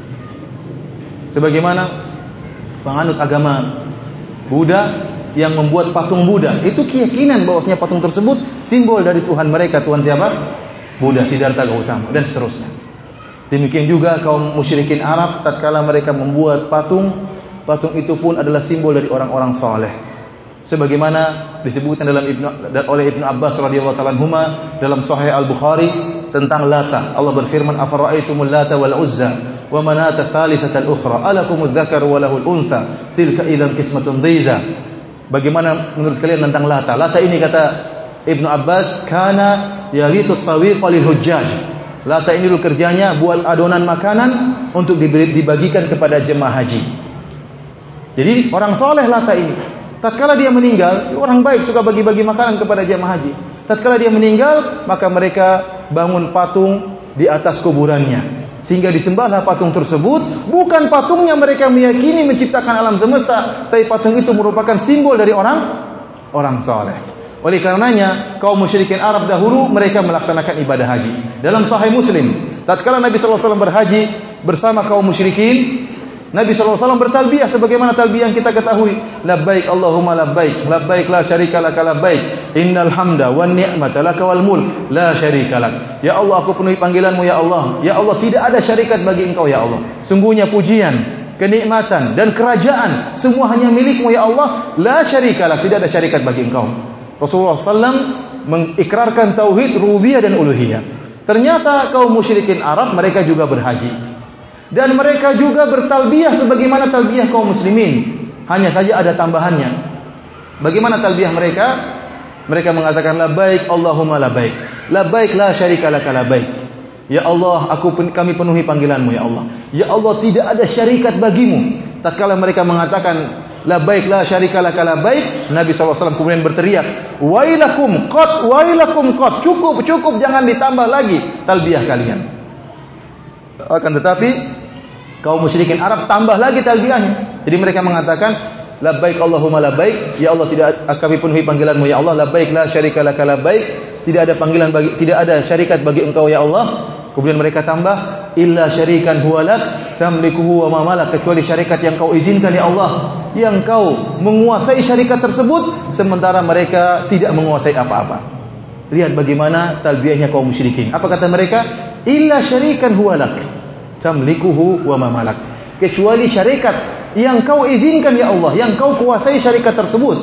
Sebagaimana penganut agama Buddha yang membuat patung Buddha, itu keyakinan bahwasanya patung tersebut simbol dari Tuhan mereka. Tuhan siapa? Buddha, Siddhartha Gautama, dan seterusnya. Demikian juga kaum musyrikin Arab, tatkala mereka membuat patung itu pun adalah simbol dari orang-orang soleh. Sebagaimana disebutkan oleh Ibnu Abbas radhiyallahu ta'ala anhuma dalam Sahih Al-Bukhari tentang Lata. Allah berfirman, "Afara'aitumul Lata wal Uzza wa manata tsalitsata al-ukhra alakumudz dzakaru wa lahul untha tilka idzan qismatun dhiza." Bagaimana menurut kalian tentang Lata? Lata ini kata Ibnu Abbas, kana yalitus sawiqa lil hujjaj. Lata ini dulu kerjanya buat adonan makanan untuk dibagikan kepada jemaah haji. Jadi orang soleh Lata ini. Tatkala dia meninggal, orang baik suka bagi-bagi makanan kepada jemaah haji. Tatkala dia meninggal, maka mereka bangun patung di atas kuburannya. Sehingga disembahlah patung tersebut. Bukan patungnya mereka meyakini menciptakan alam semesta, tapi patung itu merupakan simbol dari orang soleh. Oleh karenanya kaum musyrikin Arab dahulu mereka melaksanakan ibadah haji. Dalam Sahih Muslim, tatkala Nabi SAW berhaji bersama kaum musyrikin, Nabi SAW bertalbiyah sebagaimana talbiyah yang kita ketahui. Labbaik Allahumma labbaik, labbaik la syarika laka labbaik, innal hamda wan ni'mata laka wal mulk la syarika lak. Ya Allah, aku penuhi panggilanmu ya Allah. Ya Allah, tidak ada syarikat bagi engkau ya Allah. Sungguhnya pujian, kenikmatan dan kerajaan semua hanya milikmu ya Allah. La syarika lak, tidak ada syarikat bagi engkau. Rasulullah SAW mengikrarkan tauhid rububiyah dan uluhiyah. Ternyata kaum musyrikin Arab mereka juga berhaji. Dan mereka juga bertalbiyah sebagaimana talbiyah kaum muslimin. Hanya saja ada tambahannya. Bagaimana talbiyah mereka? Mereka mengatakan labbaik Allahumma labbaik, labbaik la syarika laka labbaik. Ya Allah, kami penuhi panggilanmu ya Allah. Ya Allah, tidak ada syarikat bagimu. Tatkala mereka mengatakan labbaik la syarika laka labbaik, Nabi SAW kemudian berteriak, wailakum qad, wailakum qad. Cukup, jangan ditambah lagi talbiyah kalian. Akan tetapi kaum musyrikin Arab tambah lagi talbiyahnya. Jadi mereka mengatakan labbaik Allahumma labbaik, ya Allah, tidak kami penuhi panggilanmu ya Allah. Labbaik la syarika laka labbaik, tidak ada syarikat bagi engkau ya Allah. Kemudian mereka tambah illa syarikan huwalak tamlikuhu wa ma malak, kecuali syarikat yang kau izinkan ya Allah, yang kau menguasai syarikat tersebut sementara mereka tidak menguasai apa-apa. Lihat bagaimana talbiyahnya kaum musyrikin. Apa kata mereka? Illa syarikan huwalak tamlikuhu wa ma malak, kecuali syarikat yang kau izinkan ya Allah, yang kau kuasai syarikat tersebut.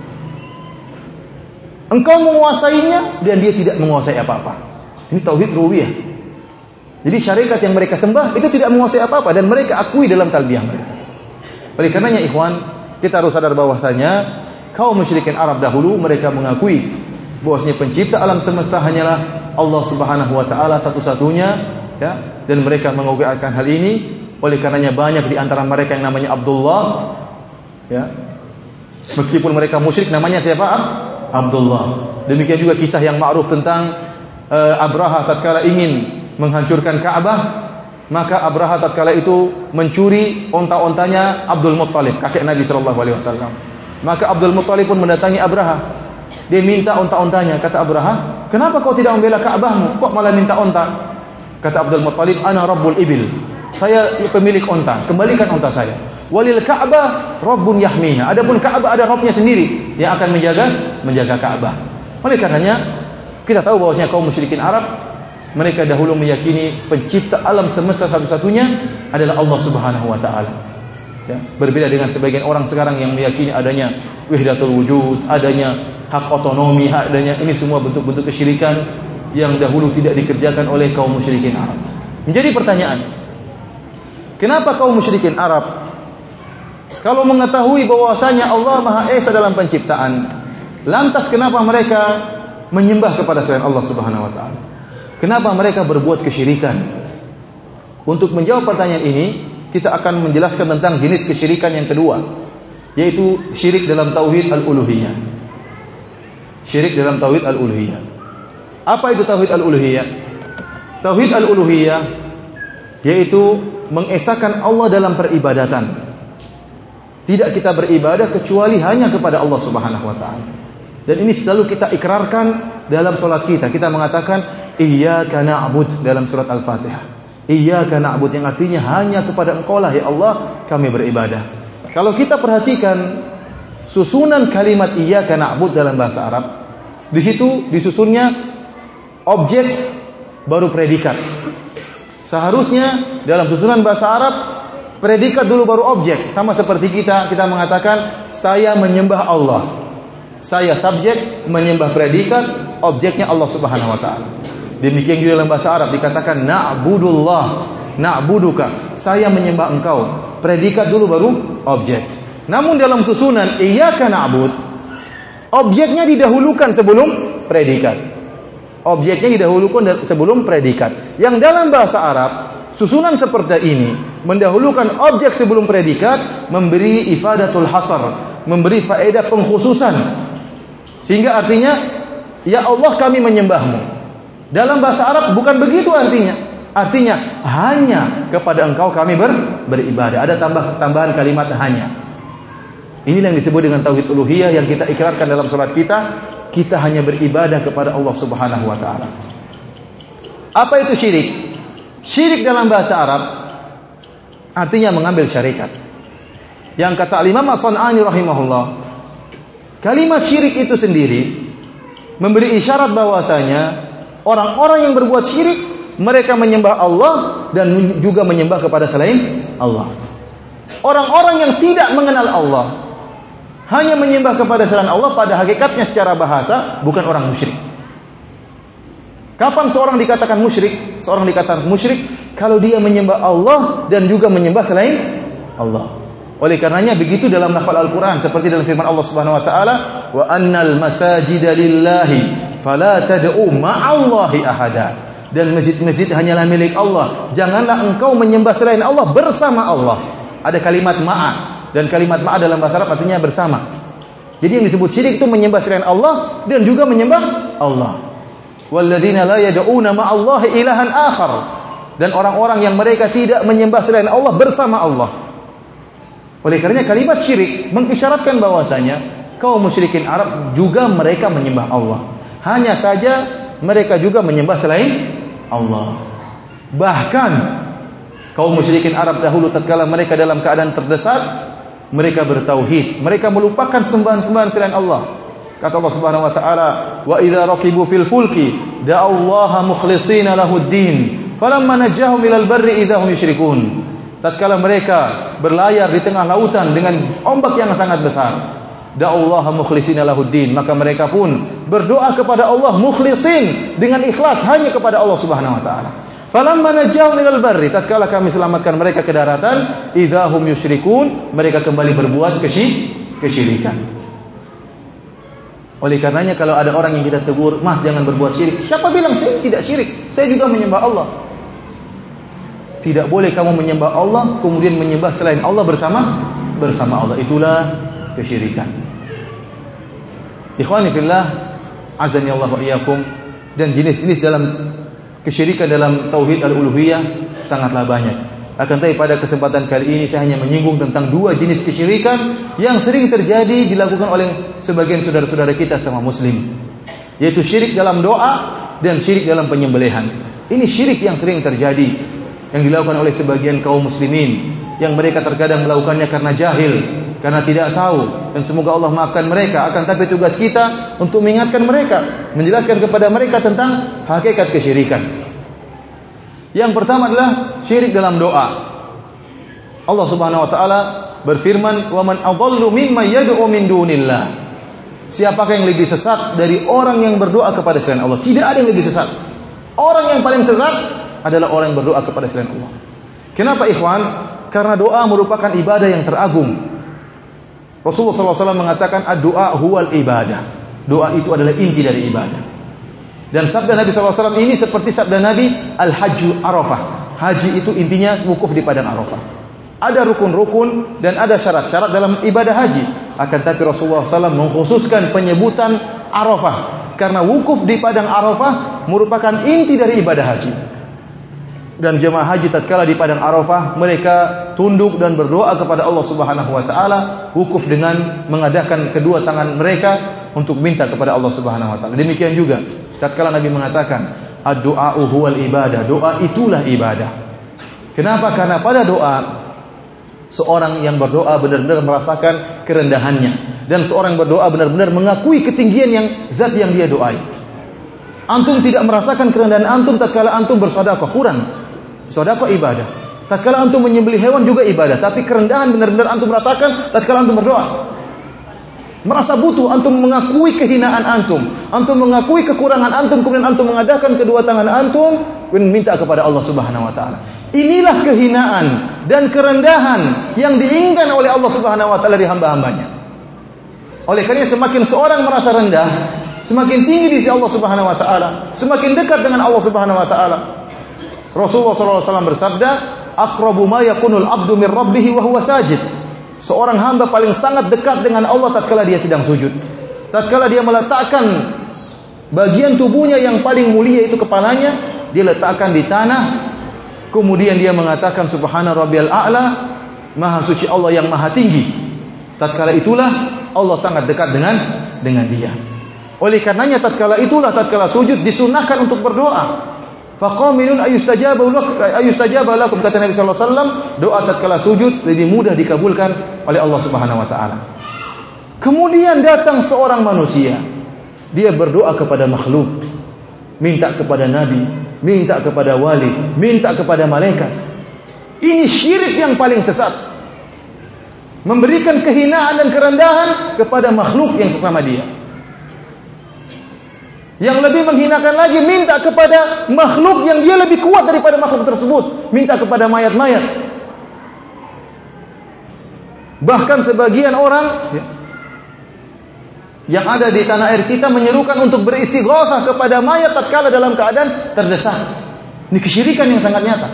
Engkau menguasainya dan dia tidak menguasai apa-apa. Ini tauhid rububiyah. Jadi syarikat yang mereka sembah itu tidak menguasai apa-apa dan mereka akui dalam talbiyah mereka. Oleh karenanya ikhwan, kita harus sadar bahwasanya kaum musyrikin Arab dahulu mereka mengakui bahwasanya pencipta alam semesta hanyalah Allah Subhanahu wa taala satu-satunya, ya, dan mereka mengucapkan hal ini. Oleh karenanya banyak di antara mereka yang namanya Abdullah, ya, meskipun mereka musyrik namanya siapa? Abdullah. Demikian juga kisah yang ma'ruf tentang Abraha tatkala ingin menghancurkan Ka'bah, maka Abraha tatkala itu mencuri onta-ontanya Abdul Muttalib, kakek Nabi sallallahu alaihi wasallam. Maka Abdul Muttalib pun mendatangi Abraha. Dia minta unta-untanya. Kata Abraha, kenapa kau tidak membela Ka'bahmu? Kok malah minta unta? Kata Abdul Muttalib, ana rabbul ibil. Saya pemilik unta, kembalikan unta saya. Walil Ka'bah rabbun yahmiha. Adapun Ka'bah ada Rabbnya sendiri yang akan menjaga Ka'bah. Oleh karenanya kita tahu bahwasanya kaum musyrikin Arab, mereka dahulu meyakini pencipta alam semesta satu-satunya adalah Allah Subhanahu wa taala. Ya, berbeda dengan sebagian orang sekarang yang meyakini adanya wahdatul wujud, adanya hak otonomi, adanya ini semua bentuk-bentuk kesyirikan yang dahulu tidak dikerjakan oleh kaum musyrikin Arab. Menjadi pertanyaan, kenapa kaum musyrikin Arab kalau mengetahui bahwasanya Allah Maha Esa dalam penciptaan, lantas kenapa mereka menyembah kepada selain Allah Subhanahu wa taala? Kenapa mereka berbuat kesyirikan? Untuk menjawab pertanyaan ini, kita akan menjelaskan tentang jenis kesyirikan yang kedua, yaitu syirik dalam tauhid al-uluhiyah. Syirik dalam tauhid al-uluhiyah. Apa itu tauhid al-uluhiyah? Tauhid al-uluhiyah yaitu mengesahkan Allah dalam peribadatan. Tidak kita beribadah kecuali hanya kepada Allah Subhanahu wa taala. Dan ini selalu kita ikrarkan dalam salat kita. Kita mengatakan iyyaka na'bud dalam surat Al-Fatihah. Iyyaka na'bud yang artinya hanya kepada Engkau lah ya Allah kami beribadah. Kalau kita perhatikan susunan kalimat iyyaka na'bud dalam bahasa Arab, di situ disusunnya objek baru predikat. Seharusnya dalam susunan bahasa Arab predikat dulu baru objek. Sama seperti kita mengatakan saya menyembah Allah. Saya subjek, menyembah predikat, objeknya Allah Subhanahu wa taala. Demikian juga dalam bahasa Arab dikatakan na'budullah, na'buduka, saya menyembah engkau. Predikat dulu baru objek. Namun dalam susunan iyyaka na'bud, objeknya didahulukan sebelum predikat. Objeknya didahulukan sebelum predikat. Yang dalam bahasa Arab, susunan seperti ini mendahulukan objek sebelum predikat memberi ifadatul hasar, memberi faedah pengkhususan. Sehingga artinya ya Allah kami menyembahmu. Dalam bahasa Arab bukan begitu artinya. Artinya hanya kepada Engkau kami beribadah. Ada tambahan kalimat hanya. Inilah yang disebut dengan tauhid uluhiyah yang kita ikrarkan dalam salat kita. Kita hanya beribadah kepada Allah Subhanahu wa taala. Apa itu syirik? Syirik dalam bahasa Arab artinya mengambil syarikat. Yang kata Imam As-San'ani rahimahullah, kalimat syirik itu sendiri memberi isyarat bahwasanya orang-orang yang berbuat syirik, mereka menyembah Allah dan juga menyembah kepada selain Allah. Orang-orang yang tidak mengenal Allah, hanya menyembah kepada selain Allah, pada hakikatnya secara bahasa bukan orang musyrik. Kapan seorang dikatakan musyrik? Seorang dikatakan musyrik kalau dia menyembah Allah dan juga menyembah selain Allah. Oleh karenanya begitu dalam lafal Al-Quran, seperti dalam firman Allah Subhanahu wa taala, wa annal masajida lillahi fala tad'u ma'allahi ahada. Dan masjid-masjid hanyalah milik Allah. Janganlah engkau menyembah selain Allah bersama Allah. Ada kalimat ma'a, dan kalimat ma'a dalam bahasa Arab artinya bersama. Jadi yang disebut syirik itu menyembah selain Allah dan juga menyembah Allah. Walladzina la yad'una ma'allahi ilahan akhar. Dan orang-orang yang mereka tidak menyembah selain Allah bersama Allah. Oleh karenanya kalimat syirik mengisyaratkan bahwasanya kaum musyrikin Arab juga mereka menyembah Allah. Hanya saja mereka juga menyembah selain Allah. Bahkan kaum musyrikin Arab dahulu tatkala mereka dalam keadaan terdesak, mereka bertauhid, mereka melupakan sembahan-sembahan selain Allah. Kata Allah Subhanahu wa taala, "Wa idza raqibu fil fulki da'allaha mukhlishina lahud-din, falamma najjahum ilal barri idza hum yusyrikun." Tatkala mereka berlayar di tengah lautan dengan ombak yang sangat besar, da'allaha mukhlishina lahud-din, maka mereka pun berdoa kepada Allah mukhlisin, dengan ikhlas hanya kepada Allah Subhanahu wa taala. Falamma najjahum ilal barri, tatkala kami selamatkan mereka ke daratan, idza hum yusyrikun, mereka kembali berbuat kesyirikan. Oleh karenanya kalau ada orang yang kita tegur, "Mas, jangan berbuat syirik." Siapa bilang saya tidak syirik? Saya juga menyembah Allah. Tidak boleh kamu menyembah Allah kemudian menyembah selain Allah bersama Allah. Itulah kesyirikan. Ikhwani fillah, azani Allah wa iyyakum. Dan jenis-jenis dalam kesyirikan dalam tauhid al-uluhiyah sangatlah banyak. Akan tetapi pada kesempatan kali ini saya hanya menyinggung tentang dua jenis kesyirikan yang sering terjadi dilakukan oleh sebagian saudara-saudara kita sama muslim, yaitu syirik dalam doa dan syirik dalam penyembelihan. Ini syirik yang sering terjadi yang dilakukan oleh sebagian kaum muslimin, yang mereka terkadang melakukannya karena jahil, karena tidak tahu, dan semoga Allah maafkan mereka. Akan tapi tugas kita untuk mengingatkan mereka, menjelaskan kepada mereka tentang hakikat kesyirikan. Yang pertama adalah syirik dalam doa. Allah Subhanahu wa taala berfirman, "Wa man adallu mimman yad'u min dunillah." Siapakah yang lebih sesat dari orang yang berdoa kepada selain Allah? Tidak ada yang lebih sesat. Orang yang paling sesat adalah orang yang berdoa kepada selain Allah. Kenapa, ikhwan? Karena doa merupakan ibadah yang teragung. Rasulullah SAW mengatakan, "Ad-du'a huwal ibadah." Doa itu adalah inti dari ibadah. Dan sabda Nabi SAW ini seperti sabda Nabi, "Al-hajju Arafah." Haji itu intinya wukuf di padang Arafah. Ada rukun-rukun dan ada syarat-syarat dalam ibadah haji. Akan tapi Rasulullah SAW mengkhususkan penyebutan Arafah, karena wukuf di padang Arafah merupakan inti dari ibadah haji. Dan jemaah haji tatkala di padang Arafah, mereka tunduk dan berdoa kepada Allah Subhanahu wa taala, wukuf dengan mengadakan kedua tangan mereka untuk minta kepada Allah Subhanahu wa taala. Demikian juga tatkala Nabi mengatakan, "Ad-du'a huwal ibadah." Doa itulah ibadah. Kenapa? Karena pada doa seorang yang berdoa benar-benar merasakan kerendahannya, dan seorang berdoa benar-benar mengakui ketinggian yang zat yang dia doai. Antum tidak merasakan kerendahan antum tatkala antum bersedekah, kurang. Sedekah ibadah. Tatkala antum menyembelih hewan juga ibadah, tapi kerendahan benar-benar antum rasakan tatkala antum berdoa. Merasa butuh, antum mengakui kehinaan antum mengakui kekurangan antum, kemudian antum mengadakan kedua tangan antum dan minta kepada Allah Subhanahu wa taala. Inilah kehinaan dan kerendahan yang diinginkan oleh Allah Subhanahu wa taala dari hamba-hambanya. Oleh karena semakin seorang merasa rendah, semakin tinggi di sisi Allah Subhanahu wa taala, semakin dekat dengan Allah Subhanahu wa taala. Rasulullah SAW bersabda, "Aqrabu ma yakunul abdu min rabbih wa huwa sajid." Seorang hamba paling sangat dekat dengan Allah tatkala dia sedang sujud. Tatkala dia meletakkan bagian tubuhnya yang paling mulia, itu kepalanya, dia letakkan di tanah, kemudian dia mengatakan, "Subhana rabbiyal a'la." Maha suci Allah yang maha tinggi. Tatkala itulah Allah sangat dekat dengan dia. Oleh karenanya tatkala sujud disunahkan untuk berdoa. Faqaminun ayustajaba lakum, kata Nabi sallallahu alaihi wasallam, doa tatkala sujud lebih mudah dikabulkan oleh Allah Subhanahu wa taala. Kemudian datang seorang manusia, dia berdoa kepada makhluk, minta kepada nabi, minta kepada wali, minta kepada malaikat. Ini syirik yang paling sesat. Memberikan kehinaan dan kerendahan kepada makhluk yang sesama dia. Yang lebih menghinakan lagi, minta kepada makhluk yang dia lebih kuat daripada makhluk tersebut. Minta kepada mayat-mayat. Bahkan sebagian orang yang ada di tanah air kita menyerukan untuk beristighatsah kepada mayat tatkala dalam keadaan terdesak. Ini kesyirikan yang sangat nyata.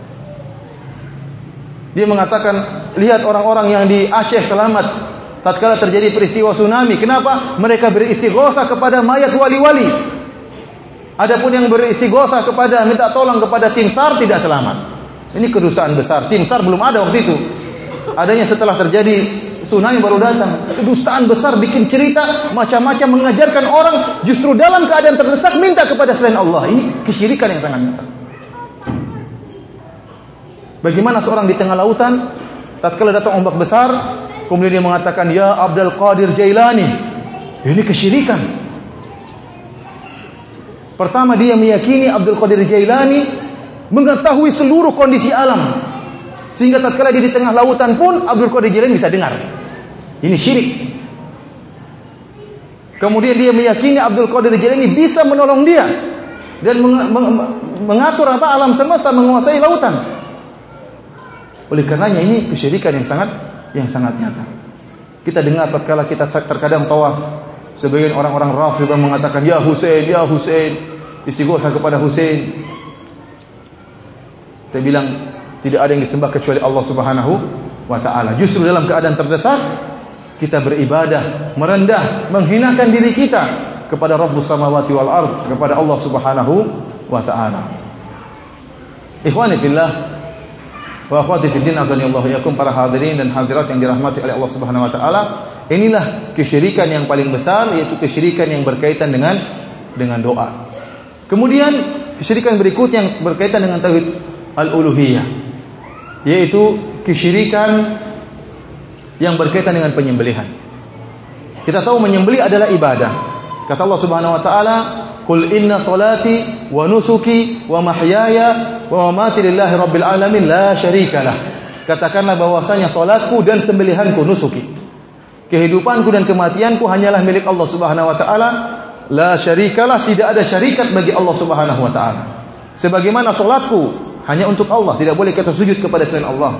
Dia mengatakan, lihat orang-orang yang di Aceh selamat tatkala terjadi peristiwa tsunami. Kenapa? Mereka beristighatsah kepada mayat wali-wali. Adapun yang beristighatsah kepada, minta tolong kepada tim SAR, tidak selamat. Ini kedustaan besar. Tim SAR belum ada waktu itu. Adanya setelah terjadi tsunami baru datang. Kedustaan besar, bikin cerita macam-macam, mengajarkan orang justru dalam keadaan terdesak minta kepada selain Allah. Ini kesyirikan yang sangat nyata. Bagaimana seorang di tengah lautan tatkala datang ombak besar, kemudian dia mengatakan, "Ya Abdul Qadir Jailani." Ini kesyirikan. Pertama, dia meyakini Abdul Qadir Jailani mengetahui seluruh kondisi alam, sehingga tatkala dia di tengah lautan pun Abdul Qadir Jailani bisa dengar. Ini syirik. Kemudian dia meyakini Abdul Qadir Jailani bisa menolong dia dan mengatur alam semesta, menguasai lautan. Oleh karenanya ini kesyirikan yang sangat nyata. Kita dengar tatkala kita terkadang tawaf, sebagian orang-orang Rafidhah mengatakan, "Ya Husain, ya Husain," istighatsah kepada Husain. Kita bilang tidak ada yang disembah kecuali Allah Subhanahu wa taala. Justru dalam keadaan terdesak kita beribadah, merendah, menghinakan diri kita kepada Rabbus samawati wal ard, kepada Allah Subhanahu wa taala. Ikhwani fillah, wa akhwati fid din azanillahu yakum, para hadirin dan hadirat yang dirahmati oleh Allah Subhanahu wa taala. Inilah kesyirikan yang paling besar, yaitu kesyirikan yang berkaitan dengan doa. Kemudian kesyirikan berikutnya yang berkaitan dengan tauhid al-uluhiyah, yaitu kesyirikan yang berkaitan dengan penyembelihan. Kita tahu menyembelih adalah ibadah. Kata Allah Subhanahu wa taala, "Qul inna salati wa nusuki wa mahyaya wa mamati lillahi rabbil alamin la syarikalah." Katakanlah bahwasanya salatku dan sembelihanku, nusuki, kehidupanku dan kematianku hanyalah milik Allah Subhanahu wa taala. La syarikalah, tidak ada syarikat bagi Allah Subhanahu wa taala. Sebagaimana salatku hanya untuk Allah, tidak boleh kita sujud kepada selain Allah.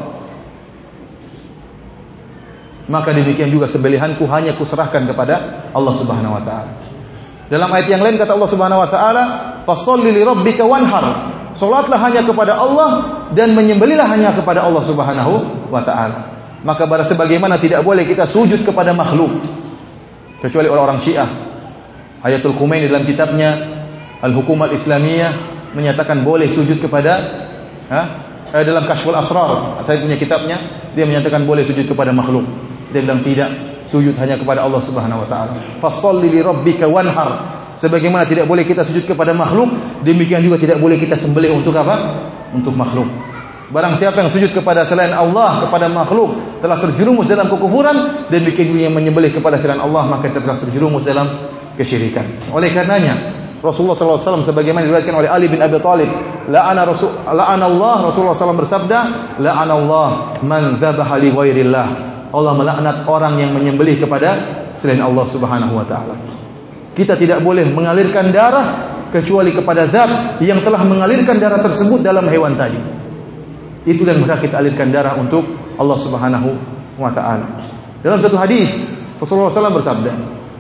Maka demikian juga sembelihanku hanya kuserahkan kepada Allah Subhanahu wa taala. Dalam ayat yang lain kata Allah Subhanahu wa taala, "Fasholli li rabbika wanhar." Salatlah hanya kepada Allah dan menyembelihlah hanya kepada Allah Subhanahu wa taala. Maka sebagaimana tidak boleh kita sujud kepada makhluk kecuali orang-orang Syiah. Ayatul Khumaini dalam kitabnya Al-Hukumah Al-Islamiyah menyatakan boleh sujud kepada dalam Kashful Asrar, saya punya kitabnya, dia menyatakan boleh sujud kepada makhluk. Dia bilang tidak, sujud hanya kepada Allah Subhanahu wa taala. Fasholli li rabbika wanhar. Sebagaimana tidak boleh kita sujud kepada makhluk, demikian juga tidak boleh kita sembelih untuk apa? Untuk makhluk. Barang siapa yang sujud kepada selain Allah, kepada makhluk, telah terjerumus dalam kekufuran. Demikian juga yang menyembelih kepada selain Allah, maka telah terjerumus dalam kesyirikan. Oleh karenanya Rasulullah SAW sebagaimana diriwayatkan oleh Ali bin Abi Thalib, la'ana Allah, Rasulullah SAW bersabda, la'ana Allah man dzabaha li ghairillah. Allah melaknat orang yang menyembelih kepada selain Allah Subhanahu wa taala. Kita tidak boleh mengalirkan darah kecuali kepada zat yang telah mengalirkan darah tersebut dalam hewan tadi. Itu yang berhak kita alirkan darah untuk Allah Subhanahu wa taala. Dalam satu hadis Rasulullah SAW bersabda,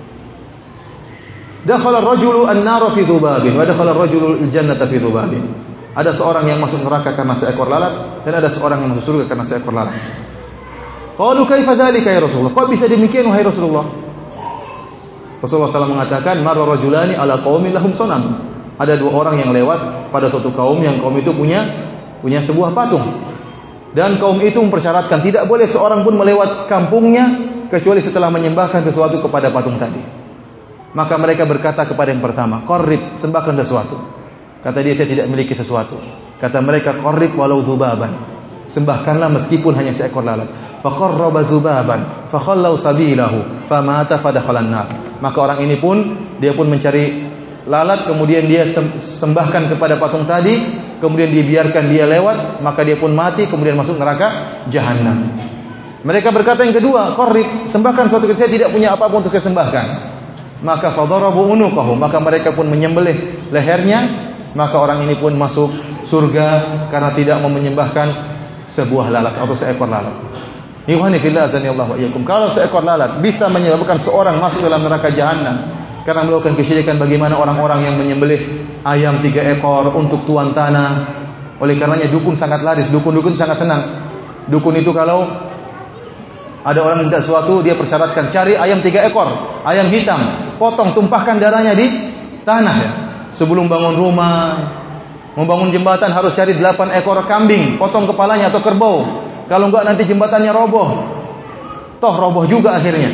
dakhala ar-rajulu an-nara fi dhubabin wa dakhala ar-rajulu al-jannata fi dhubabin. Ada seorang yang masuk neraka karena seekor lalat dan ada seorang yang masuk surga karena seekor lalat. Qalu kaifa dzalika ya Rasulullah? Kok bisa demikian wahai Rasulullah? Rasulullah SAW mengatakan, marra rajulani ala qaumin lahum sanam. Ada dua orang yang lewat pada suatu kaum yang kaum itu punya sebuah patung. Dan kaum itu mempersyaratkan tidak boleh seorang pun melewat kampungnya kecuali setelah menyembahkan sesuatu kepada patung tadi. Maka mereka berkata kepada yang pertama, qarrib, sembahkan sesuatu. Kata dia, saya tidak memiliki sesuatu. Kata mereka, qarrib walau dzubaban, sembahkanlah meskipun hanya seekor lalat. Faqarraba dzubaban fakhallau sabilahu famata fadakhalan nar. Maka orang ini pun mencari lalat, kemudian dia sembahkan kepada patung tadi, kemudian dibiarkan dia lewat, maka dia pun mati, kemudian masuk neraka jahanam. Mereka berkata yang kedua, qarrib, sembahkan suatu, saya tidak punya apa-apa untuk saya sembahkan. Maka fadarabu unuqahu, maka mereka pun menyembelih lehernya, maka orang ini pun masuk surga karena tidak mau menyembahkan sebuah lalat atau seekor lalat. Ikhwani fillah azanillahu wa iyyakum. Kalau seekor lalat bisa menyebabkan seorang masuk dalam neraka jahanam karena melakukan kesyirikan, bagaimana orang-orang yang menyembelih ayam 3 ekor untuk tuan tanah? Oleh karenanya dukun sangat laris, dukun-dukun sangat senang. Dukun itu kalau ada orang minta sesuatu, dia persyaratkan cari ayam 3 ekor, ayam hitam, potong, tumpahkan darahnya di tanah ya. Sebelum bangun rumah, membangun jembatan harus cari 8 ekor kambing, potong kepalanya atau kerbau. Kalau enggak nanti jembatannya roboh. Toh roboh juga akhirnya.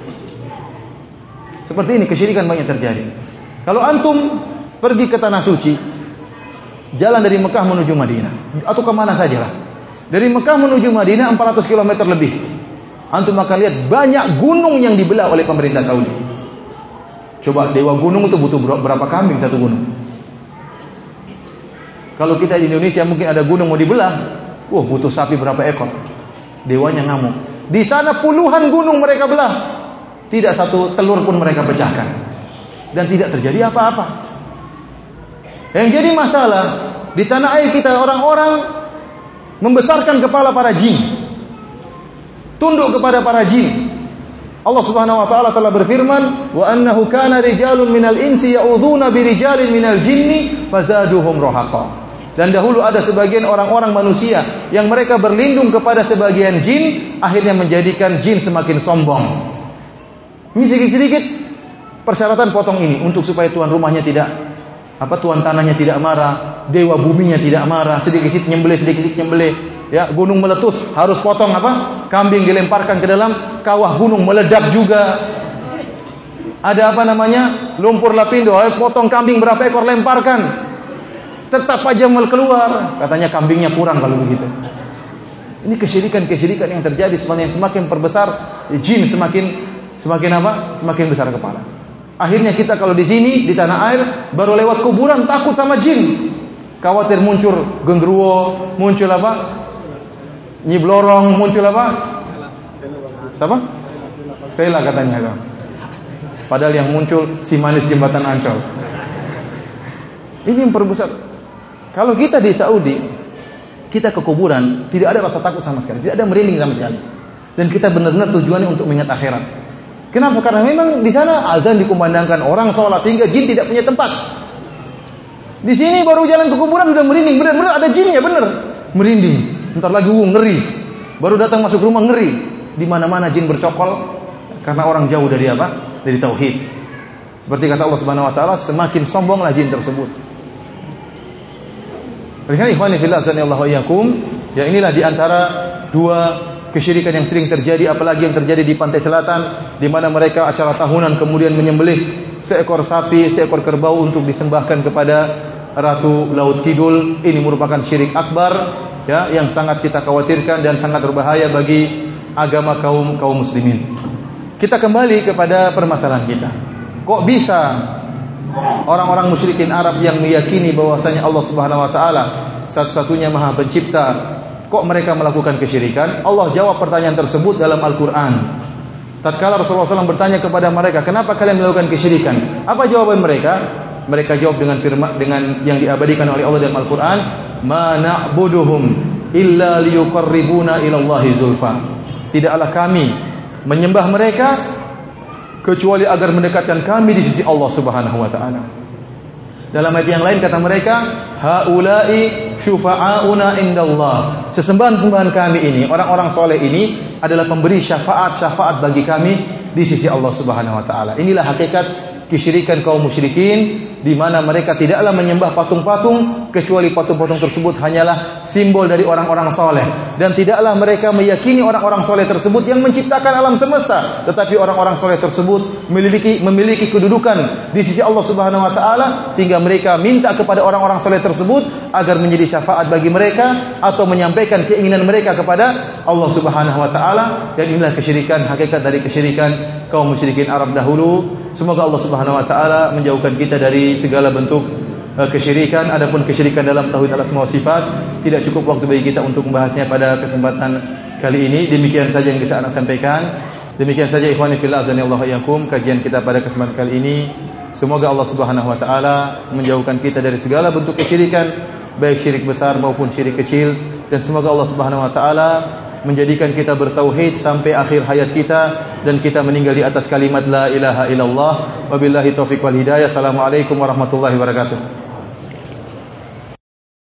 Seperti ini kesyirikan banyak terjadi. Kalau antum pergi ke tanah suci, jalan dari Mekah menuju Madinah atau kemana sajalah, dari Mekah menuju Madinah 400 km lebih, antum akan lihat banyak gunung yang dibelah oleh pemerintah Saudi. Coba dewa gunung itu butuh berapa kambing satu gunung? Kalau kita di Indonesia mungkin ada gunung mau dibelah, butuh sapi berapa ekor? Dewanya ngamuk. Di sana puluhan gunung mereka belah, tidak satu telur pun mereka pecahkan, dan tidak terjadi apa-apa. Yang jadi masalah di tanah air kita, orang-orang membesarkan kepala para jin, tunduk kepada para jin. Allah Subhanahu wa taala telah berfirman, wa annahu kana rijalun minal insi ya'udzuuna birijalin minal jinni fazaduhum rahaqa. Dan dahulu ada sebagian orang-orang manusia yang mereka berlindung kepada sebagian jin, akhirnya menjadikan jin semakin sombong. Ini sedikit-sedikit persyaratan potong ini untuk supaya tuan rumahnya tidak tuan tanahnya tidak marah, dewa buminya tidak marah, sedikit-sedikit nyembelih, ya, gunung meletus, harus potong apa? Kambing dilemparkan ke dalam kawah gunung, meledak juga. Ada apa namanya? Lumpur lapindo, potong kambing berapa ekor lemparkan. Tetap aja keluar. Katanya kambingnya kurang kalau begitu. Ini kesyirikan yang terjadi semakin perbesar, jin semakin apa? Semakin besar kepala. Akhirnya kita kalau di sini di tanah air baru lewat kuburan takut sama jin. Khawatir muncul genderuwo, muncul apa? Nyiblorong, muncul apa? Siapa? Stella katanya. Padahal yang muncul si manis jembatan Ancol. Ini yang perbesar. Kalau kita di Saudi, kita ke kuburan, tidak ada rasa takut sama sekali, tidak ada merinding sama sekali. Dan kita benar-benar tujuannya untuk mengingat akhirat. Kenapa? Karena memang di sana azan dikumandangkan, orang sholat sehingga jin tidak punya tempat. Di sini baru jalan ke kuburan sudah merinding, benar-benar ada jinnya, benar. Merinding. Bentar lagi ngeri. Baru datang masuk rumah ngeri. Di mana-mana jin bercokol karena orang jauh dari apa? Dari tauhid. Seperti kata Allah Subhanahu wa taala, semakin sombonglah jin tersebut. Oleh ikhwani fillah azanillahu wa iyyakum, ya inilah di antara dua kesyirikan yang sering terjadi, apalagi yang terjadi di pantai selatan, di mana mereka acara tahunan kemudian menyembelih seekor sapi, seekor kerbau untuk disembahkan kepada Ratu Laut Kidul. Ini merupakan syirik akbar, ya, yang sangat kita khawatirkan dan sangat berbahaya bagi agama kaum muslimin. Kita kembali kepada permasalahan kita. Kok bisa orang-orang musyrikin Arab yang meyakini bahwasanya Allah Subhanahu wa taala satu-satunya Maha Pencipta, kok mereka melakukan kesyirikan? Allah jawab pertanyaan tersebut dalam Al-Qur'an. Tatkala Rasulullah SAW bertanya kepada mereka, "Kenapa kalian melakukan kesyirikan?" Apa jawaban mereka? Mereka jawab dengan yang diabadikan oleh Allah dalam Al-Qur'an, "Ma na'buduhum illa liyuqarribuna ila Allahi zulfa." Tidaklah kami menyembah mereka kecuali agar mendekatkan kami di sisi Allah Subhanahu wa taala. Dalam ayat yang lain kata mereka, haula'i syufa'auna indallah. Sesembahan-sembahan kami ini, orang-orang soleh ini adalah pemberi syafaat bagi kami di sisi Allah Subhanahu wa taala. Inilah hakikat kesyirikan kaum musyrikin, di mana mereka tidaklah menyembah patung-patung kecuali patung-patung tersebut hanyalah simbol dari orang-orang soleh, dan tidaklah mereka meyakini orang-orang soleh tersebut yang menciptakan alam semesta, tetapi orang-orang soleh tersebut memiliki kedudukan di sisi Allah Subhanahu wa taala, sehingga mereka minta kepada orang-orang soleh tersebut agar menjadi syafaat bagi mereka atau menyampaikan keinginan mereka kepada Allah Subhanahu wa taala. Dan inilah kesyirikan, hakikat dari kesyirikan kaum musyrikin Arab dahulu. Semoga Allah Subhanahu wa taala menjauhkan kita dari segala bentuk kesyirikan. Adapun kesyirikan dalam tauhid al-asma wa sifat, tidak cukup waktu bagi kita untuk membahasnya pada kesempatan kali ini. Demikian saja yang bisa Anda sampaikan. Demikian saja ikhwani fillah azanillahu wa iyyakum, kajian kita pada kesempatan kali ini. Semoga Allah Subhanahu wa taala menjauhkan kita dari segala bentuk kesyirikan, baik syirik besar maupun syirik kecil, dan semoga Allah Subhanahu wa taala menjadikan kita bertauhid sampai akhir hayat kita, dan kita meninggal di atas kalimat la ilaha illallah. Wabillahi taufiq wal hidayah. Assalamualaikum warahmatullahi wabarakatuh.